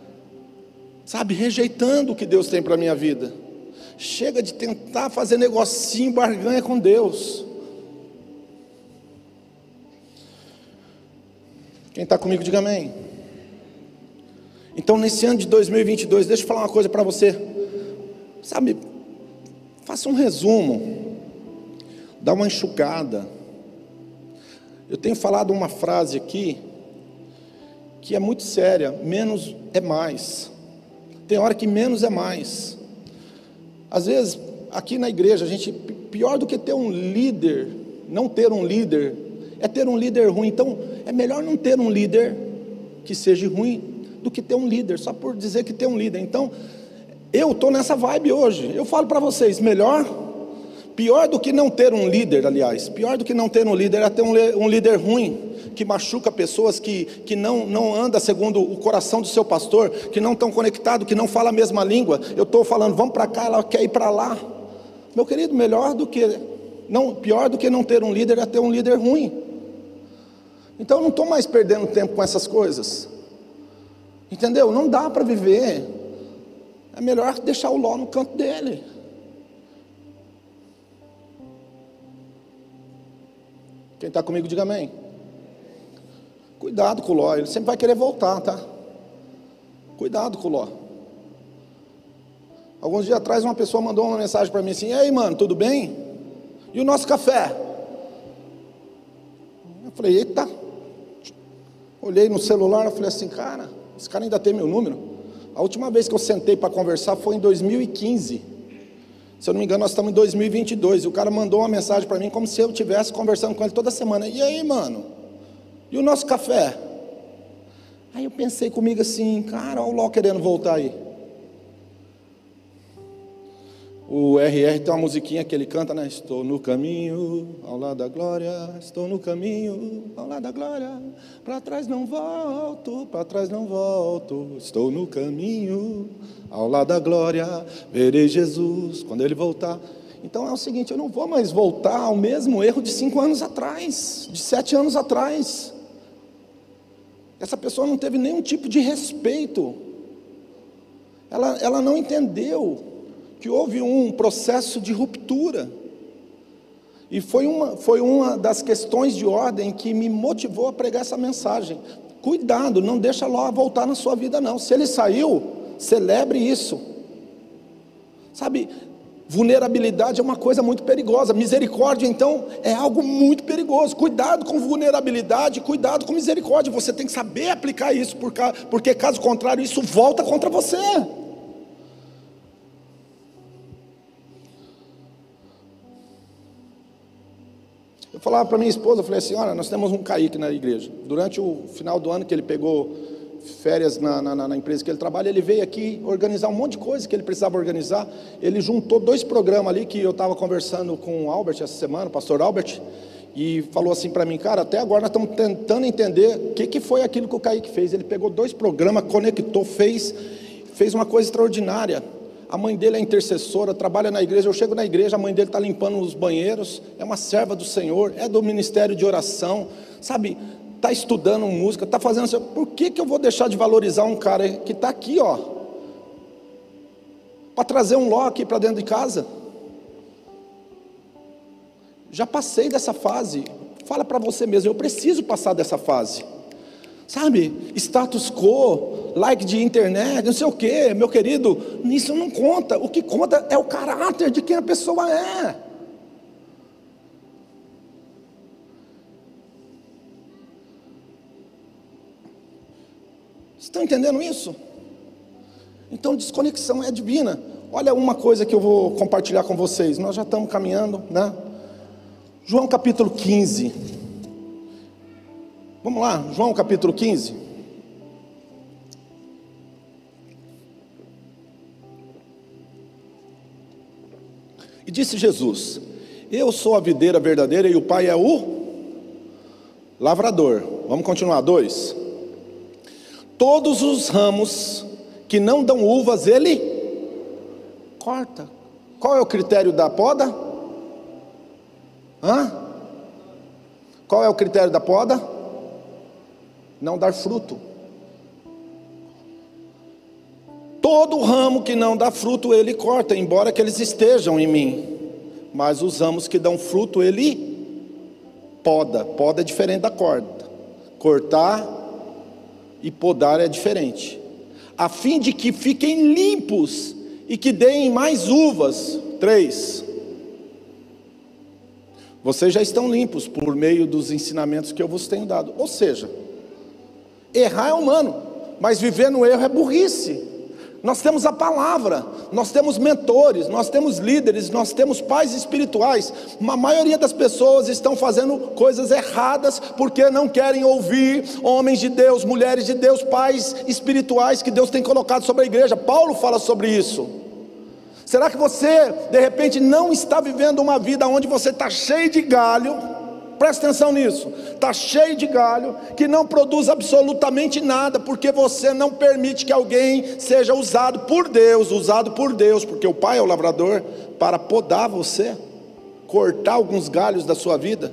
sabe, rejeitando o que Deus tem para a minha vida, chega de tentar fazer negocinho, barganha com Deus. Quem está comigo, diga amém. Então nesse ano de dois mil e vinte e dois, deixa eu falar uma coisa para você, sabe, faça um resumo, dá uma enxugada. Eu tenho falado uma frase aqui, que é muito séria, menos é mais. Tem hora que menos é mais. Às vezes, aqui na igreja, a gente, pior do que ter um líder, não ter um líder, é ter um líder ruim. Então, é melhor não ter um líder que seja ruim, do que ter um líder, só por dizer que tem um líder. Então, eu estou nessa vibe hoje. Eu falo para vocês, melhor, pior do que não ter um líder, aliás, pior do que não ter um líder é ter um, um líder ruim, que machuca pessoas, que, que não, não anda segundo o coração do seu pastor, que não estão conectados, que não fala a mesma língua. Eu estou falando, vamos para cá, ela quer ir para lá. Meu querido, melhor do que, não, pior do que não ter um líder é ter um líder ruim. Então eu não estou mais perdendo tempo com essas coisas. Entendeu? Não dá para viver. É melhor deixar o Ló no canto dele. Quem está comigo, diga amém. Cuidado com o Ló, ele sempre vai querer voltar, tá? Cuidado com o Ló. Alguns dias atrás uma pessoa mandou uma mensagem para mim assim, e aí mano, tudo bem? E o nosso café? Eu falei, eita. Olhei no celular, eu falei assim, cara, esse cara ainda tem meu número. A última vez que eu sentei para conversar foi em dois mil e quinze. Se eu não me engano, nós estamos em dois mil e vinte e dois. E o cara mandou uma mensagem para mim como se eu estivesse conversando com ele toda semana. E aí, mano? E o nosso café? Aí eu pensei comigo assim, cara, olha o Ló querendo voltar aí. O, O R R tem uma musiquinha que ele canta, né? Estou no caminho, ao lado da glória. Estou no caminho, ao lado da glória. Para trás não volto, para trás não volto. Estou no caminho, ao lado da glória. Verei Jesus quando Ele voltar. Então é o seguinte, eu não vou mais voltar ao mesmo erro de cinco anos atrás, de sete anos atrás. Essa pessoa não teve nenhum tipo de respeito. Ela, ela não entendeu que houve um processo de ruptura, e foi uma, foi uma das questões de ordem que me motivou a pregar essa mensagem. Cuidado, não deixa Ló voltar na sua vida não. Se ele saiu, celebre isso. Sabe, vulnerabilidade é uma coisa muito perigosa. Misericórdia então é algo muito perigoso. Cuidado com vulnerabilidade, cuidado com misericórdia. Você tem que saber aplicar isso, porque caso contrário isso volta contra você. Eu falava para minha esposa, eu falei assim, olha, nós temos um Kaique na igreja. Durante o final do ano que ele pegou férias na, na, na empresa que ele trabalha, ele veio aqui organizar um monte de coisa que ele precisava organizar. Ele juntou dois programas ali que eu estava conversando com o Albert essa semana, o pastor Albert, e falou assim para mim, cara, até agora nós estamos tentando entender o que, que foi aquilo que o Kaique fez. Ele pegou dois programas, conectou, fez, fez uma coisa extraordinária. A mãe dele é intercessora, trabalha na igreja. Eu chego na igreja, a mãe dele está limpando os banheiros, é uma serva do Senhor, é do ministério de oração, sabe, está estudando música, está fazendo assim. Por que, que eu vou deixar de valorizar um cara que está aqui, ó, para trazer um Ló aqui para dentro de casa? Já passei dessa fase. Fala para você mesmo, eu preciso passar dessa fase. Sabe, status quo, like de internet, não sei o que, meu querido, isso não conta. O que conta é o caráter de quem a pessoa é. Estão entendendo isso? Então desconexão é divina. Olha uma coisa que eu vou compartilhar com vocês. Nós já estamos caminhando, né? João capítulo quinze. Vamos lá, João capítulo quinze. E disse Jesus: eu sou a videira verdadeira e o Pai é o lavrador. Vamos continuar, dois. Todos os ramos que não dão uvas, ele corta. Qual é o critério da poda? Hã? Qual é o critério da poda? Não dar fruto. Todo ramo que não dá fruto ele corta, embora que eles estejam em mim. Mas os ramos que dão fruto ele poda. Poda é diferente da corta. Cortar e podar é diferente. A fim de que fiquem limpos e que deem mais uvas. Três. Vocês já estão limpos por meio dos ensinamentos que eu vos tenho dado. Ou seja, errar é humano, mas viver no erro é burrice. Nós temos a palavra, nós temos mentores, nós temos líderes, nós temos pais espirituais. A maioria das pessoas estão fazendo coisas erradas porque não querem ouvir homens de Deus, mulheres de Deus, pais espirituais que Deus tem colocado sobre a igreja. Paulo fala sobre isso. Será que você de repente não está vivendo uma vida onde você está cheio de galho? Presta atenção nisso, está cheio de galho, que não produz absolutamente nada, porque você não permite que alguém seja usado por Deus, usado por Deus, porque o Pai é o lavrador, para podar você, cortar alguns galhos da sua vida.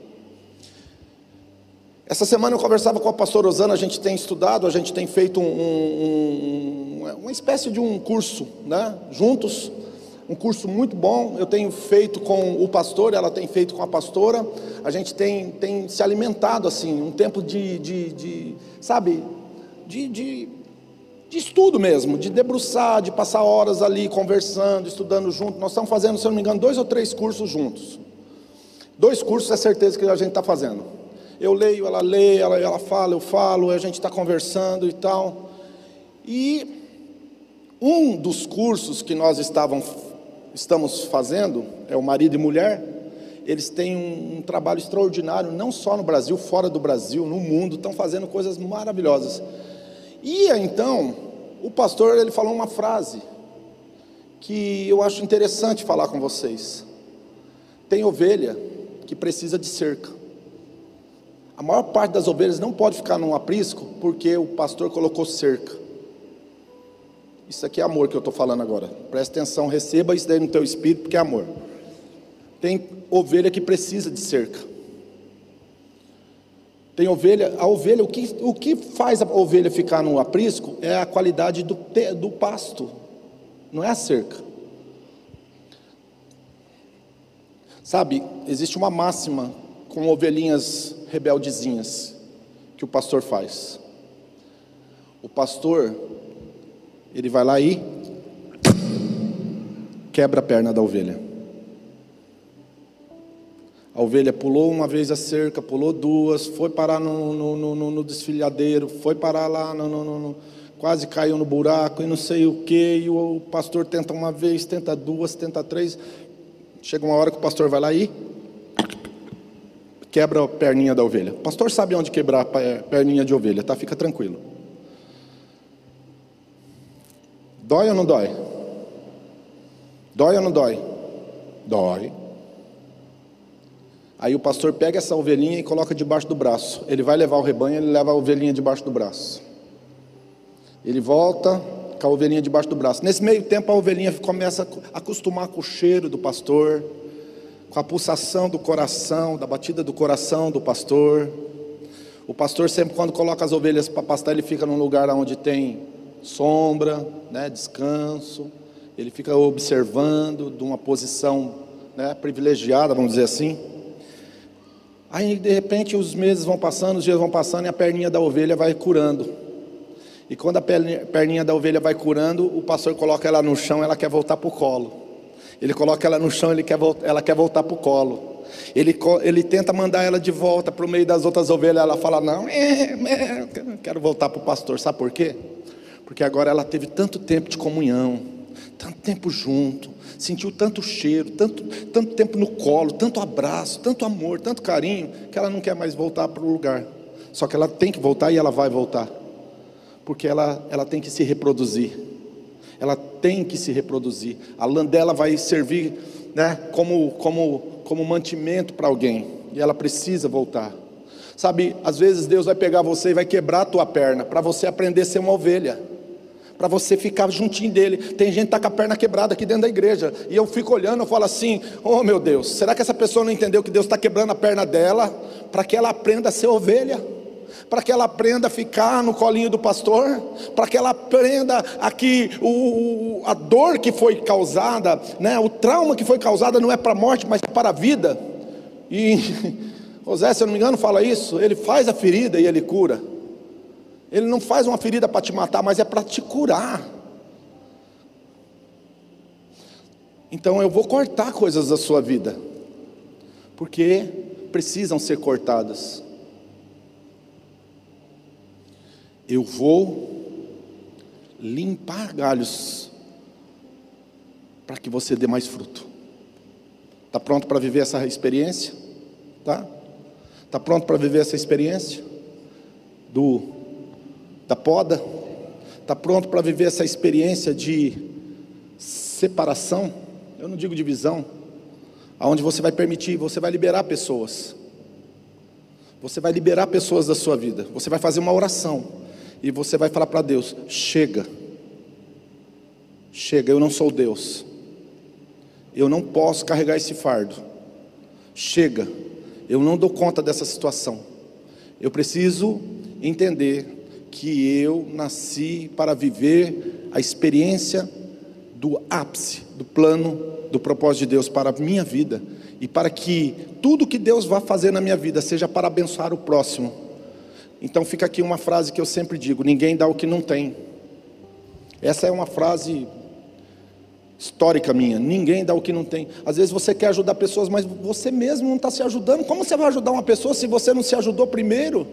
Essa semana eu conversava com a pastora Osana, a gente tem estudado, a gente tem feito um, um, um, uma espécie de um curso, né, juntos, um curso muito bom. Eu tenho feito com o pastor, ela tem feito com a pastora. A gente tem, tem se alimentado assim, um tempo de, de, de sabe, de, de, de estudo mesmo, de debruçar, de passar horas ali conversando, estudando junto. Nós estamos fazendo, se eu não me engano, dois ou três cursos juntos. Dois cursos é certeza que a gente está fazendo. Eu leio, ela lê, ela, ela fala, eu falo, a gente está conversando e tal. E um dos cursos que nós estávamos estamos fazendo, é o marido e mulher. Eles têm um, um trabalho extraordinário, não só no Brasil, fora do Brasil, no mundo, estão fazendo coisas maravilhosas. E então, o pastor, ele falou uma frase, que eu acho interessante falar com vocês. Tem ovelha que precisa de cerca. A maior parte das ovelhas não pode ficar num aprisco porque o pastor colocou cerca. Isso aqui é amor que eu estou falando agora. Presta atenção, receba isso daí no teu espírito, porque é amor. Tem ovelha que precisa de cerca. Tem ovelha, a ovelha, o que, o que faz a ovelha ficar no aprisco é a qualidade do, do pasto, não é a cerca. Sabe, existe uma máxima com ovelhinhas rebeldezinhas que o pastor faz. O pastor, ele vai lá e quebra a perna da ovelha. A ovelha pulou uma vez a cerca, pulou duas, foi parar no, no, no, no desfilhadeiro, foi parar lá, no, no, no, quase caiu no buraco e não sei o que, e o pastor tenta uma vez, tenta duas, tenta três, chega uma hora que o pastor vai lá e quebra a perninha da ovelha. O pastor sabe onde quebrar a perninha de ovelha, tá? Fica tranquilo. Dói ou não dói? Dói ou não dói? Dói. Aí o pastor pega essa ovelhinha e coloca debaixo do braço. Ele vai levar o rebanho, ele leva a ovelhinha debaixo do braço. Ele volta com a ovelhinha debaixo do braço. Nesse meio tempo a ovelhinha começa a acostumar com o cheiro do pastor, com a pulsação do coração, da batida do coração do pastor. O pastor sempre, quando coloca as ovelhas para pastar, ele fica num lugar onde tem sombra, né, descanso. Ele fica observando de uma posição, né, privilegiada, vamos dizer assim. Aí de repente os meses vão passando, os dias vão passando e a perninha da ovelha vai curando. E quando a perninha da ovelha vai curando, o pastor coloca ela no chão, ela quer voltar para o colo. Ele coloca ela no chão, ele quer, ela quer voltar para o colo. Ele, ele tenta mandar ela de volta para o meio das outras ovelhas. Ela fala, não, é, é, quero voltar para o pastor. Sabe por quê? Porque agora ela teve tanto tempo de comunhão, tanto tempo junto, sentiu tanto cheiro, tanto, tanto tempo no colo, tanto abraço, tanto amor, tanto carinho, que ela não quer mais voltar para o lugar. Só que ela tem que voltar e ela vai voltar, porque ela, ela tem que se reproduzir. Ela tem que se reproduzir. A lã dela vai servir, né, como, como, como mantimento para alguém, e ela precisa voltar. Sabe, às vezes Deus vai pegar você e vai quebrar a tua perna, para você aprender a ser uma ovelha, para você ficar juntinho dele. Tem gente que está com a perna quebrada aqui dentro da igreja, e eu fico olhando, eu falo assim, oh meu Deus, será que essa pessoa não entendeu que Deus está quebrando a perna dela, para que ela aprenda a ser ovelha, para que ela aprenda a ficar no colinho do pastor, para que ela aprenda aqui o, a dor que foi causada, né, o trauma que foi causado não é para a morte, mas para a vida. E José, se eu não me engano, fala isso, ele faz a ferida e ele cura. Ele não faz uma ferida para te matar, mas é para te curar. Então eu vou cortar coisas da sua vida, porque precisam ser cortadas. Eu vou limpar galhos, para que você dê mais fruto. Está pronto para viver essa experiência? Tá? Está pronto para viver essa experiência? Do... da poda? Está pronto para viver essa experiência de separação? Eu não digo divisão, aonde você vai permitir, você vai liberar pessoas, você vai liberar pessoas da sua vida, você vai fazer uma oração, e você vai falar para Deus, chega, chega, eu não sou Deus, eu não posso carregar esse fardo, chega, eu não dou conta dessa situação, eu preciso entender que eu nasci para viver a experiência do ápice, do plano, do propósito de Deus para a minha vida, e para que tudo que Deus vai fazer na minha vida, seja para abençoar o próximo. Então fica aqui uma frase que eu sempre digo, ninguém dá o que não tem. Essa é uma frase histórica minha, ninguém dá o que não tem. Às vezes você quer ajudar pessoas, mas você mesmo não está se ajudando. Como você vai ajudar uma pessoa se você não se ajudou primeiro?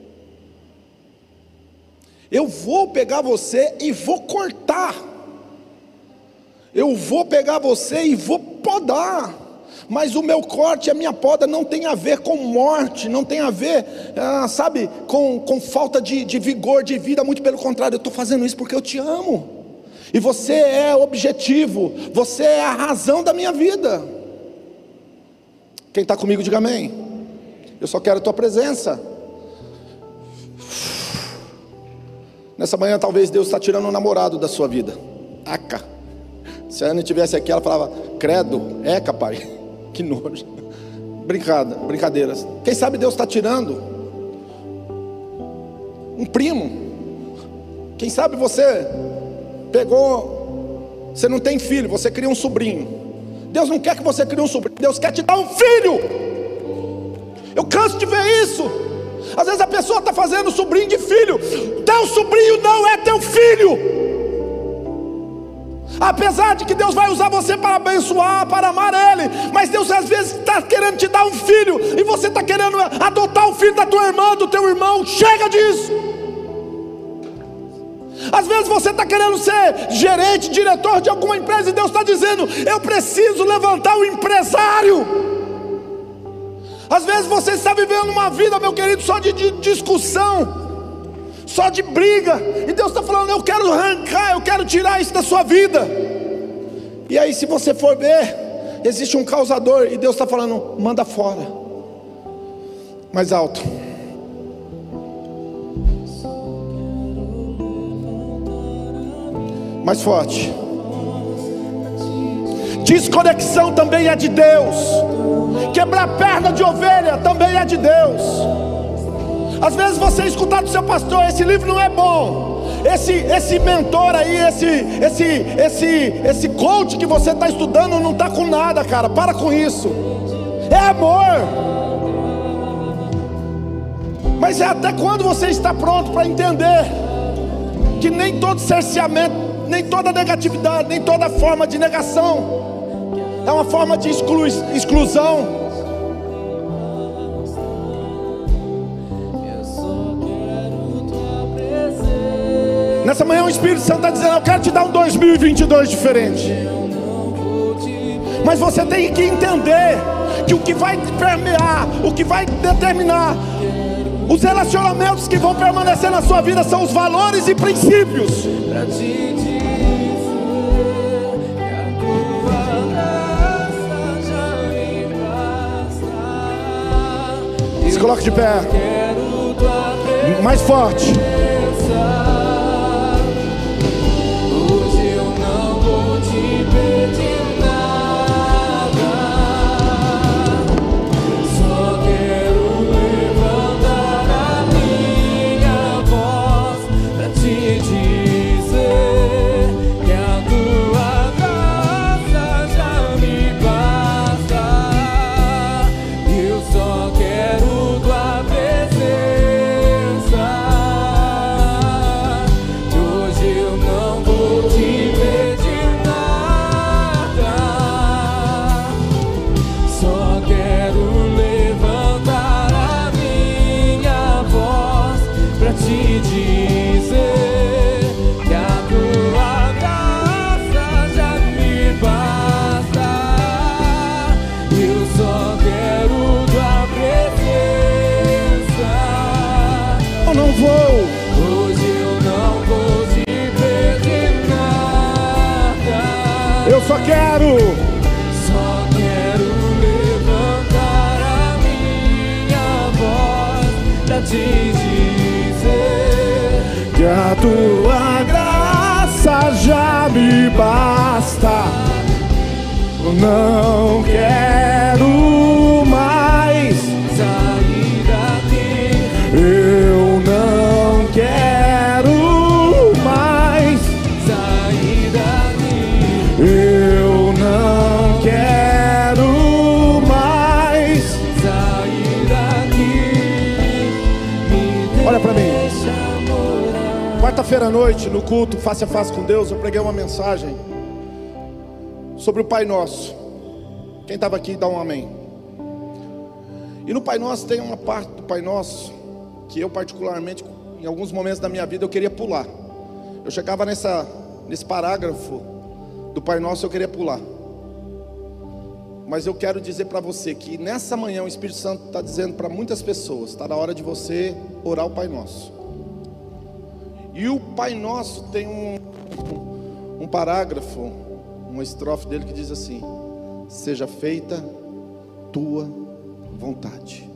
Eu vou pegar você e vou cortar, eu vou pegar você e vou podar, mas o meu corte, a minha poda não tem a ver com morte, não tem a ver, ah, sabe, com, com falta de, de vigor de vida, muito pelo contrário, eu estou fazendo isso porque eu te amo, E você é objetivo, você é a razão da minha vida. Quem está comigo, diga amém. Eu só quero a tua presença. Nessa manhã talvez Deus está tirando o namorado da sua vida. Aca. Se a Ana estivesse aqui, ela falava: credo, eca, pai. Que nojo. Brincada, brincadeiras. Quem sabe Deus está tirando um primo. Quem sabe você pegou, você não tem filho, você cria um sobrinho. Deus não quer que você crie um sobrinho, Deus quer te dar um filho. Eu canso de ver isso. Às vezes a pessoa está fazendo sobrinho de filho. Teu sobrinho não é teu filho. Apesar de que Deus vai usar você para abençoar, para amar Ele, mas Deus às vezes está querendo te dar um filho, e você está querendo adotar o filho da tua irmã, do teu irmão. Chega disso. Às vezes você está querendo ser gerente, diretor de alguma empresa, e Deus está dizendo: eu preciso levantar um empresário. Às vezes você está vivendo uma vida, meu querido, só de, de discussão, só de briga, e Deus está falando: eu quero arrancar, eu quero tirar isso da sua vida. E aí, se você for ver, existe um causador, e Deus está falando: manda fora. Mais alto. Mais forte. Desconexão também é de Deus. Quebrar perna de ovelha também é de Deus. Às vezes você escutar do seu pastor: esse livro não é bom, esse, esse mentor aí, esse, esse, esse, esse coach que você está estudando não está com nada, cara. Para com isso. É amor. Mas é até quando você está pronto para entender que nem todo cerceamento, nem toda negatividade, nem toda forma de negação é uma forma de exclu exclusão. Nessa manhã o Espírito Santo está dizendo: eu quero te dar um dois mil e vinte e dois diferente. Mas você tem que entender que o que vai permear, o que vai determinar os relacionamentos que vão permanecer na sua vida são os valores e princípios. Se coloque de pé. Mais forte. Só quero, só quero levantar a minha voz pra te dizer que a tua graça já me basta. Eu não quero mais sair daqui. Eu não quero mais sair daqui. Eu não quero mais sair daqui. Olha para mim. Quarta-feira à noite, no culto Face a Face com Deus, eu preguei uma mensagem sobre o Pai Nosso. Quem estava aqui dá um amém. E no Pai Nosso tem uma parte do Pai Nosso que eu particularmente, em alguns momentos da minha vida, eu queria pular. Eu chegava nessa, nesse parágrafo do Pai Nosso, eu queria pular. Mas eu quero dizer para você que nessa manhã o Espírito Santo está dizendo para muitas pessoas: está na hora de você orar o Pai Nosso. E o Pai Nosso tem um, um parágrafo, uma estrofe dele que diz assim: seja feita tua vontade.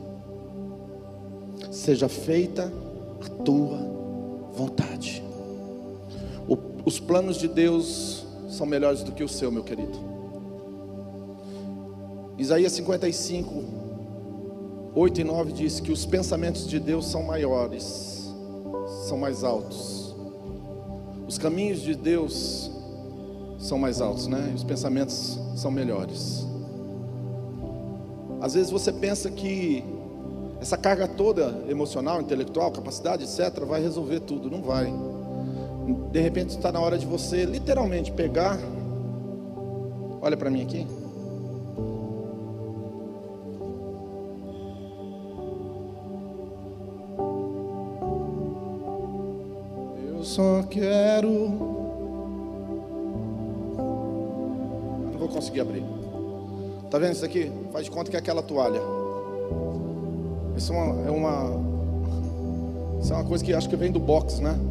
Seja feita a tua vontade. O, os planos de Deus são melhores do que o seu, meu querido. Isaías cinquenta e cinco, oito e nove diz que os pensamentos de Deus são maiores, são mais altos. Os caminhos de Deus são mais altos, né? Os pensamentos são melhores. Às vezes você pensa que essa carga toda emocional, intelectual, capacidade, etcétera, vai resolver tudo. Não vai. De repente está na hora de você literalmente pegar. Olha para mim aqui. Eu só quero. Eu não vou conseguir abrir. Tá vendo isso aqui? Faz de conta que é aquela toalha. Isso é uma, é uma, isso é uma coisa que acho que vem do box, né?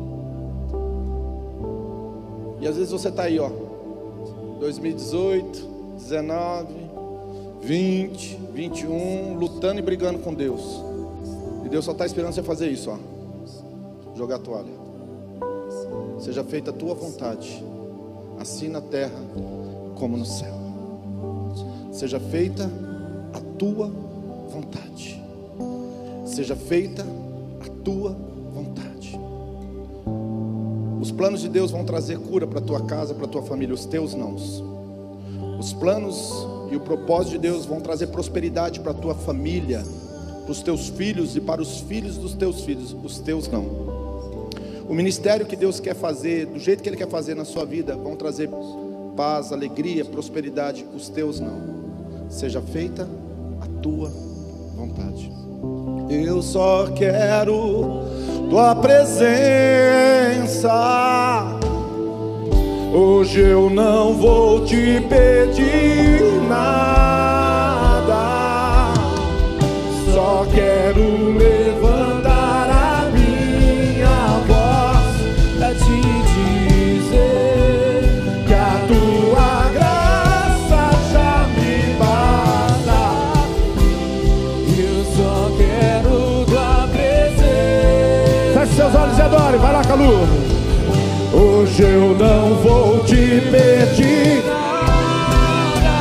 E às vezes você está aí, ó, dois mil e dezoito, dezenove, vinte, vinte e um, lutando e brigando com Deus. E Deus só está esperando você fazer isso, ó, jogar a toalha. Seja feita a tua vontade, assim na terra como no céu. Seja feita a tua vontade. Seja feita a tua vontade. Os planos de Deus vão trazer cura para a tua casa, para a tua família. Os teus não. Os planos e o propósito de Deus vão trazer prosperidade para a tua família, para os teus filhos e para os filhos dos teus filhos. Os teus não. O ministério que Deus quer fazer, do jeito que Ele quer fazer na sua vida, vão trazer paz, alegria, prosperidade. Os teus não. Seja feita a tua vontade. Eu só quero tua presença. Hoje eu não vou te pedir nada. Só quero levantar a minha voz pra te dizer que a tua graça já me basta. Eu só quero tua presença. Feche seus olhos e adore, vai lá, Calu. Hoje eu não vou te pedir nada,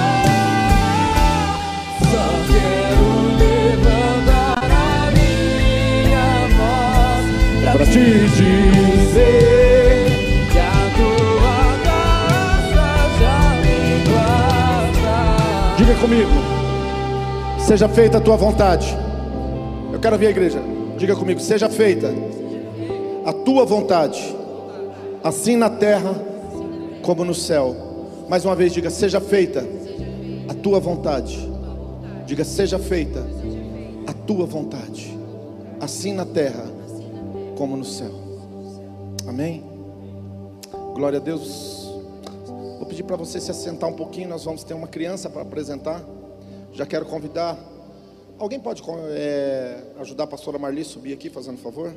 só quero levantar a minha voz pra te dizer que a tua graça já me basta. Diga comigo: seja feita a tua vontade. Eu quero ouvir a igreja. Diga comigo: seja feita a tua vontade, assim na terra como no céu. Mais uma vez, diga: seja feita a tua vontade. Diga: seja feita a tua vontade, assim na terra como no céu. Amém? Glória a Deus. Vou pedir para você se assentar um pouquinho. Nós vamos ter uma criança para apresentar. Já quero convidar. Alguém pode é, ajudar a pastora Marli a subir aqui, fazendo favor?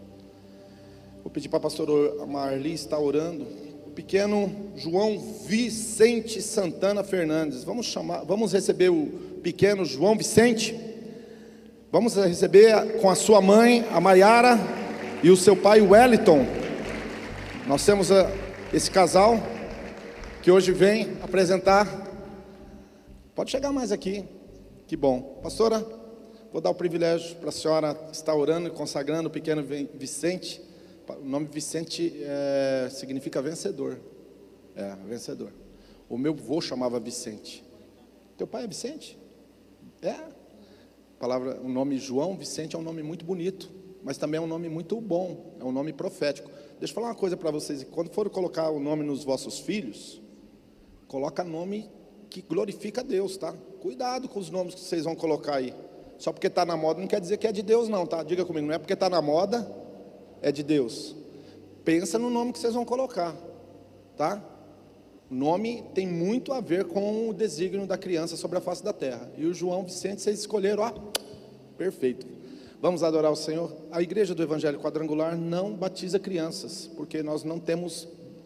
Vou pedir para a pastora Marli estar orando. O pequeno João Vicente Santana Fernandes. Vamos chamar, vamos receber o pequeno João Vicente. Vamos receber com a sua mãe, a Maiara, e o seu pai, o Wellington. Nós temos a, esse casal que hoje vem apresentar. Pode chegar mais aqui. Que bom. Pastora, vou dar o privilégio para a senhora estar orando e consagrando o pequeno Vicente. O nome Vicente é, significa vencedor. É, vencedor. O meu avô chamava Vicente. Teu pai é Vicente? É. A palavra, o nome João Vicente é um nome muito bonito, mas também é um nome muito bom. É um nome profético. Deixa eu falar uma coisa para vocês. Quando for colocar o nome nos vossos filhos, coloca nome que glorifica a Deus, tá? Cuidado com os nomes que vocês vão colocar aí. Só porque está na moda não quer dizer que é de Deus não, tá? Diga comigo, não é porque está na moda, é de Deus. Pensa no nome que vocês vão colocar, tá? O nome tem muito a ver com o desígnio da criança sobre a face da terra. E o João Vicente, vocês escolheram, ó, perfeito. Vamos adorar o Senhor. A igreja do Evangelho Quadrangular não batiza crianças, porque nós não temos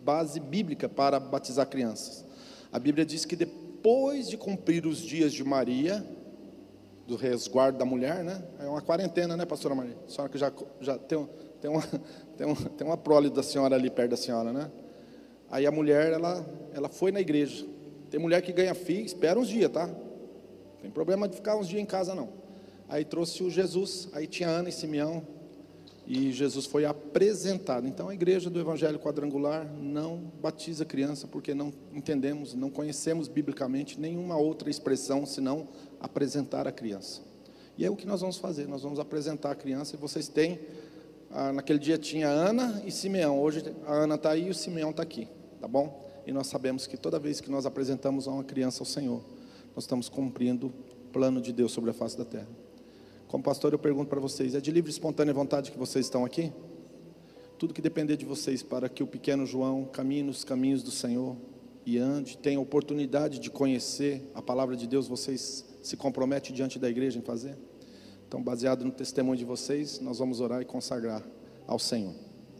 base bíblica para batizar crianças. A Bíblia diz que depois de cumprir os dias de Maria, do resguardo da mulher, né? É uma quarentena, né, pastora Maria? A senhora que já, já tem, tem, uma, tem, uma, tem uma prole da senhora ali perto da senhora, né? Aí a mulher, ela, ela foi na igreja. Tem mulher que ganha filho, espera uns dias, tá? Não tem problema de ficar uns dias em casa, não. Aí trouxe o Jesus, aí tinha Ana e Simeão, e Jesus foi apresentado. Então a igreja do Evangelho Quadrangular não batiza criança, porque não entendemos, não conhecemos biblicamente nenhuma outra expressão, senão apresentar a criança. E é o que nós vamos fazer, nós vamos apresentar a criança, e vocês têm, ah, naquele dia tinha Ana e Simeão, hoje a Ana está aí e o Simeão está aqui, tá bom? E nós sabemos que toda vez que nós apresentamos uma criança ao Senhor, nós estamos cumprindo o plano de Deus sobre a face da terra. Como pastor, eu pergunto para vocês, é de livre e espontânea vontade que vocês estão aqui? Tudo que depender de vocês para que o pequeno João caminhe nos caminhos do Senhor e ande, tenha oportunidade de conhecer a palavra de Deus, vocês se comprometem diante da igreja em fazer? Então, baseado no testemunho de vocês, nós vamos orar e consagrar ao Senhor.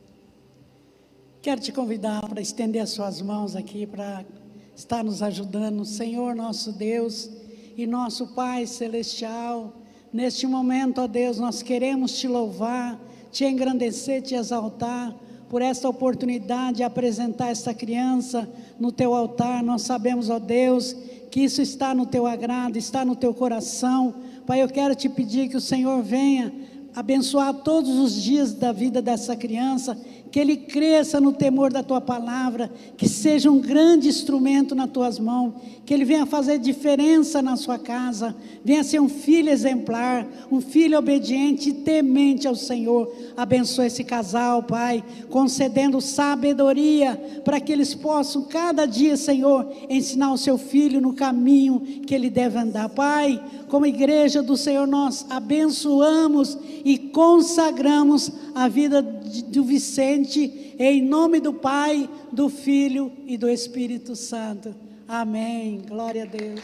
Quero te convidar para estender as suas mãos aqui, para estar nos ajudando. Senhor, nosso Deus e nosso Pai Celestial, neste momento, ó Deus, nós queremos te louvar, te engrandecer, te exaltar, por esta oportunidade de apresentar esta criança no teu altar. Nós sabemos, ó Deus, que isso está no teu agrado, está no teu coração. Pai, eu quero te pedir que o Senhor venha abençoar todos os dias da vida dessa criança, que ele cresça no temor da tua palavra, que seja um grande instrumento nas tuas mãos, que ele venha fazer diferença na sua casa, venha ser um filho exemplar, um filho obediente e temente ao Senhor. Abençoa esse casal, Pai, concedendo sabedoria para que eles possam cada dia, Senhor, ensinar o seu filho no caminho que ele deve andar. Pai, como igreja do Senhor, nós abençoamos e consagramos a vida do Vicente, em nome do Pai, do Filho e do Espírito Santo. Amém. Glória a Deus.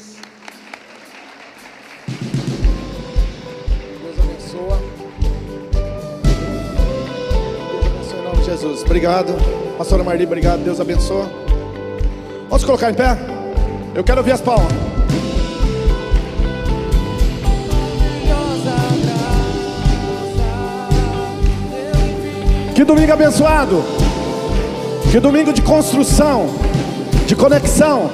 Deus abençoa. Deus abençoe em nome de Jesus. Obrigado, pastora Marli, obrigado. Deus abençoa. Vamos colocar em pé? Eu quero ouvir as palmas. Que domingo abençoado, que domingo de construção, de conexão,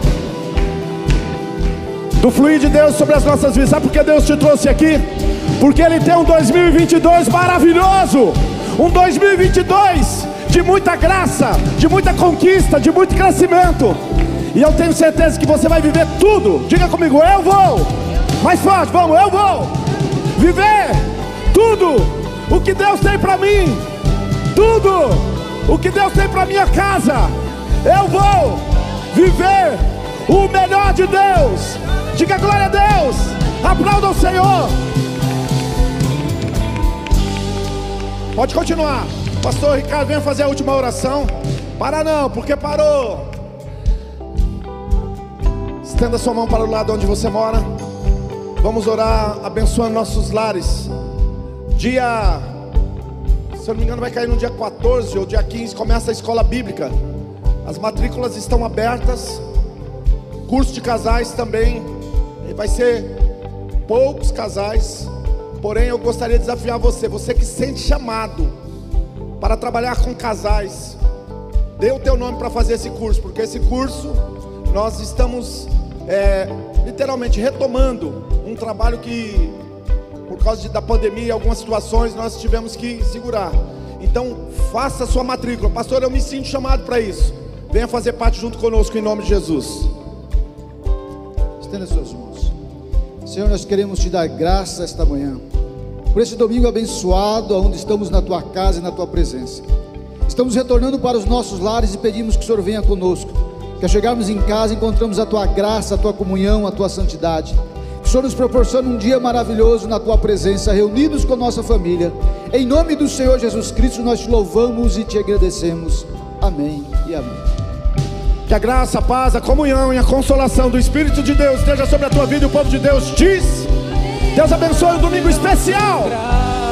do fluir de Deus sobre as nossas vidas. Sabe por que Deus te trouxe aqui? Porque Ele tem um dois mil e vinte e dois maravilhoso, um dois mil e vinte e dois de muita graça, de muita conquista, de muito crescimento. E eu tenho certeza que você vai viver tudo. Diga comigo, eu vou. Mais forte, vamos, eu vou viver tudo o que Deus tem para mim. Tudo o que Deus tem para minha casa, eu vou viver o melhor de Deus. Diga glória a Deus, aplauda o Senhor. Pode continuar, pastor Ricardo, venha fazer a última oração. Para não, porque parou. Estenda sua mão para o lado onde você mora. Vamos orar abençoando nossos lares. Dia, se eu não me engano, vai cair no dia quatorze ou dia quinze, começa a escola bíblica. As matrículas estão abertas. Curso de casais também. Vai ser poucos casais. Porém, eu gostaria de desafiar você, você que sente chamado para trabalhar com casais, dê o teu nome para fazer esse curso, porque esse curso nós estamos é, literalmente retomando um trabalho que, por causa de, da pandemia e algumas situações, nós tivemos que segurar. Então faça a sua matrícula. Pastor, eu me sinto chamado para isso. Venha fazer parte junto conosco em nome de Jesus. Estenda suas mãos. Senhor, nós queremos te dar graça esta manhã por esse domingo abençoado, onde estamos na tua casa e na tua presença. Estamos retornando para os nossos lares e pedimos que o Senhor venha conosco, que ao chegarmos em casa encontramos a tua graça, a tua comunhão, a tua santidade. Que o Senhor nos proporcione um dia maravilhoso na tua presença, reunidos com a nossa família. Em nome do Senhor Jesus Cristo nós te louvamos e te agradecemos. Amém e amém. Que a graça, a paz, a comunhão e a consolação do Espírito de Deus esteja sobre a tua vida, e o povo de Deus diz: Deus abençoe um domingo especial.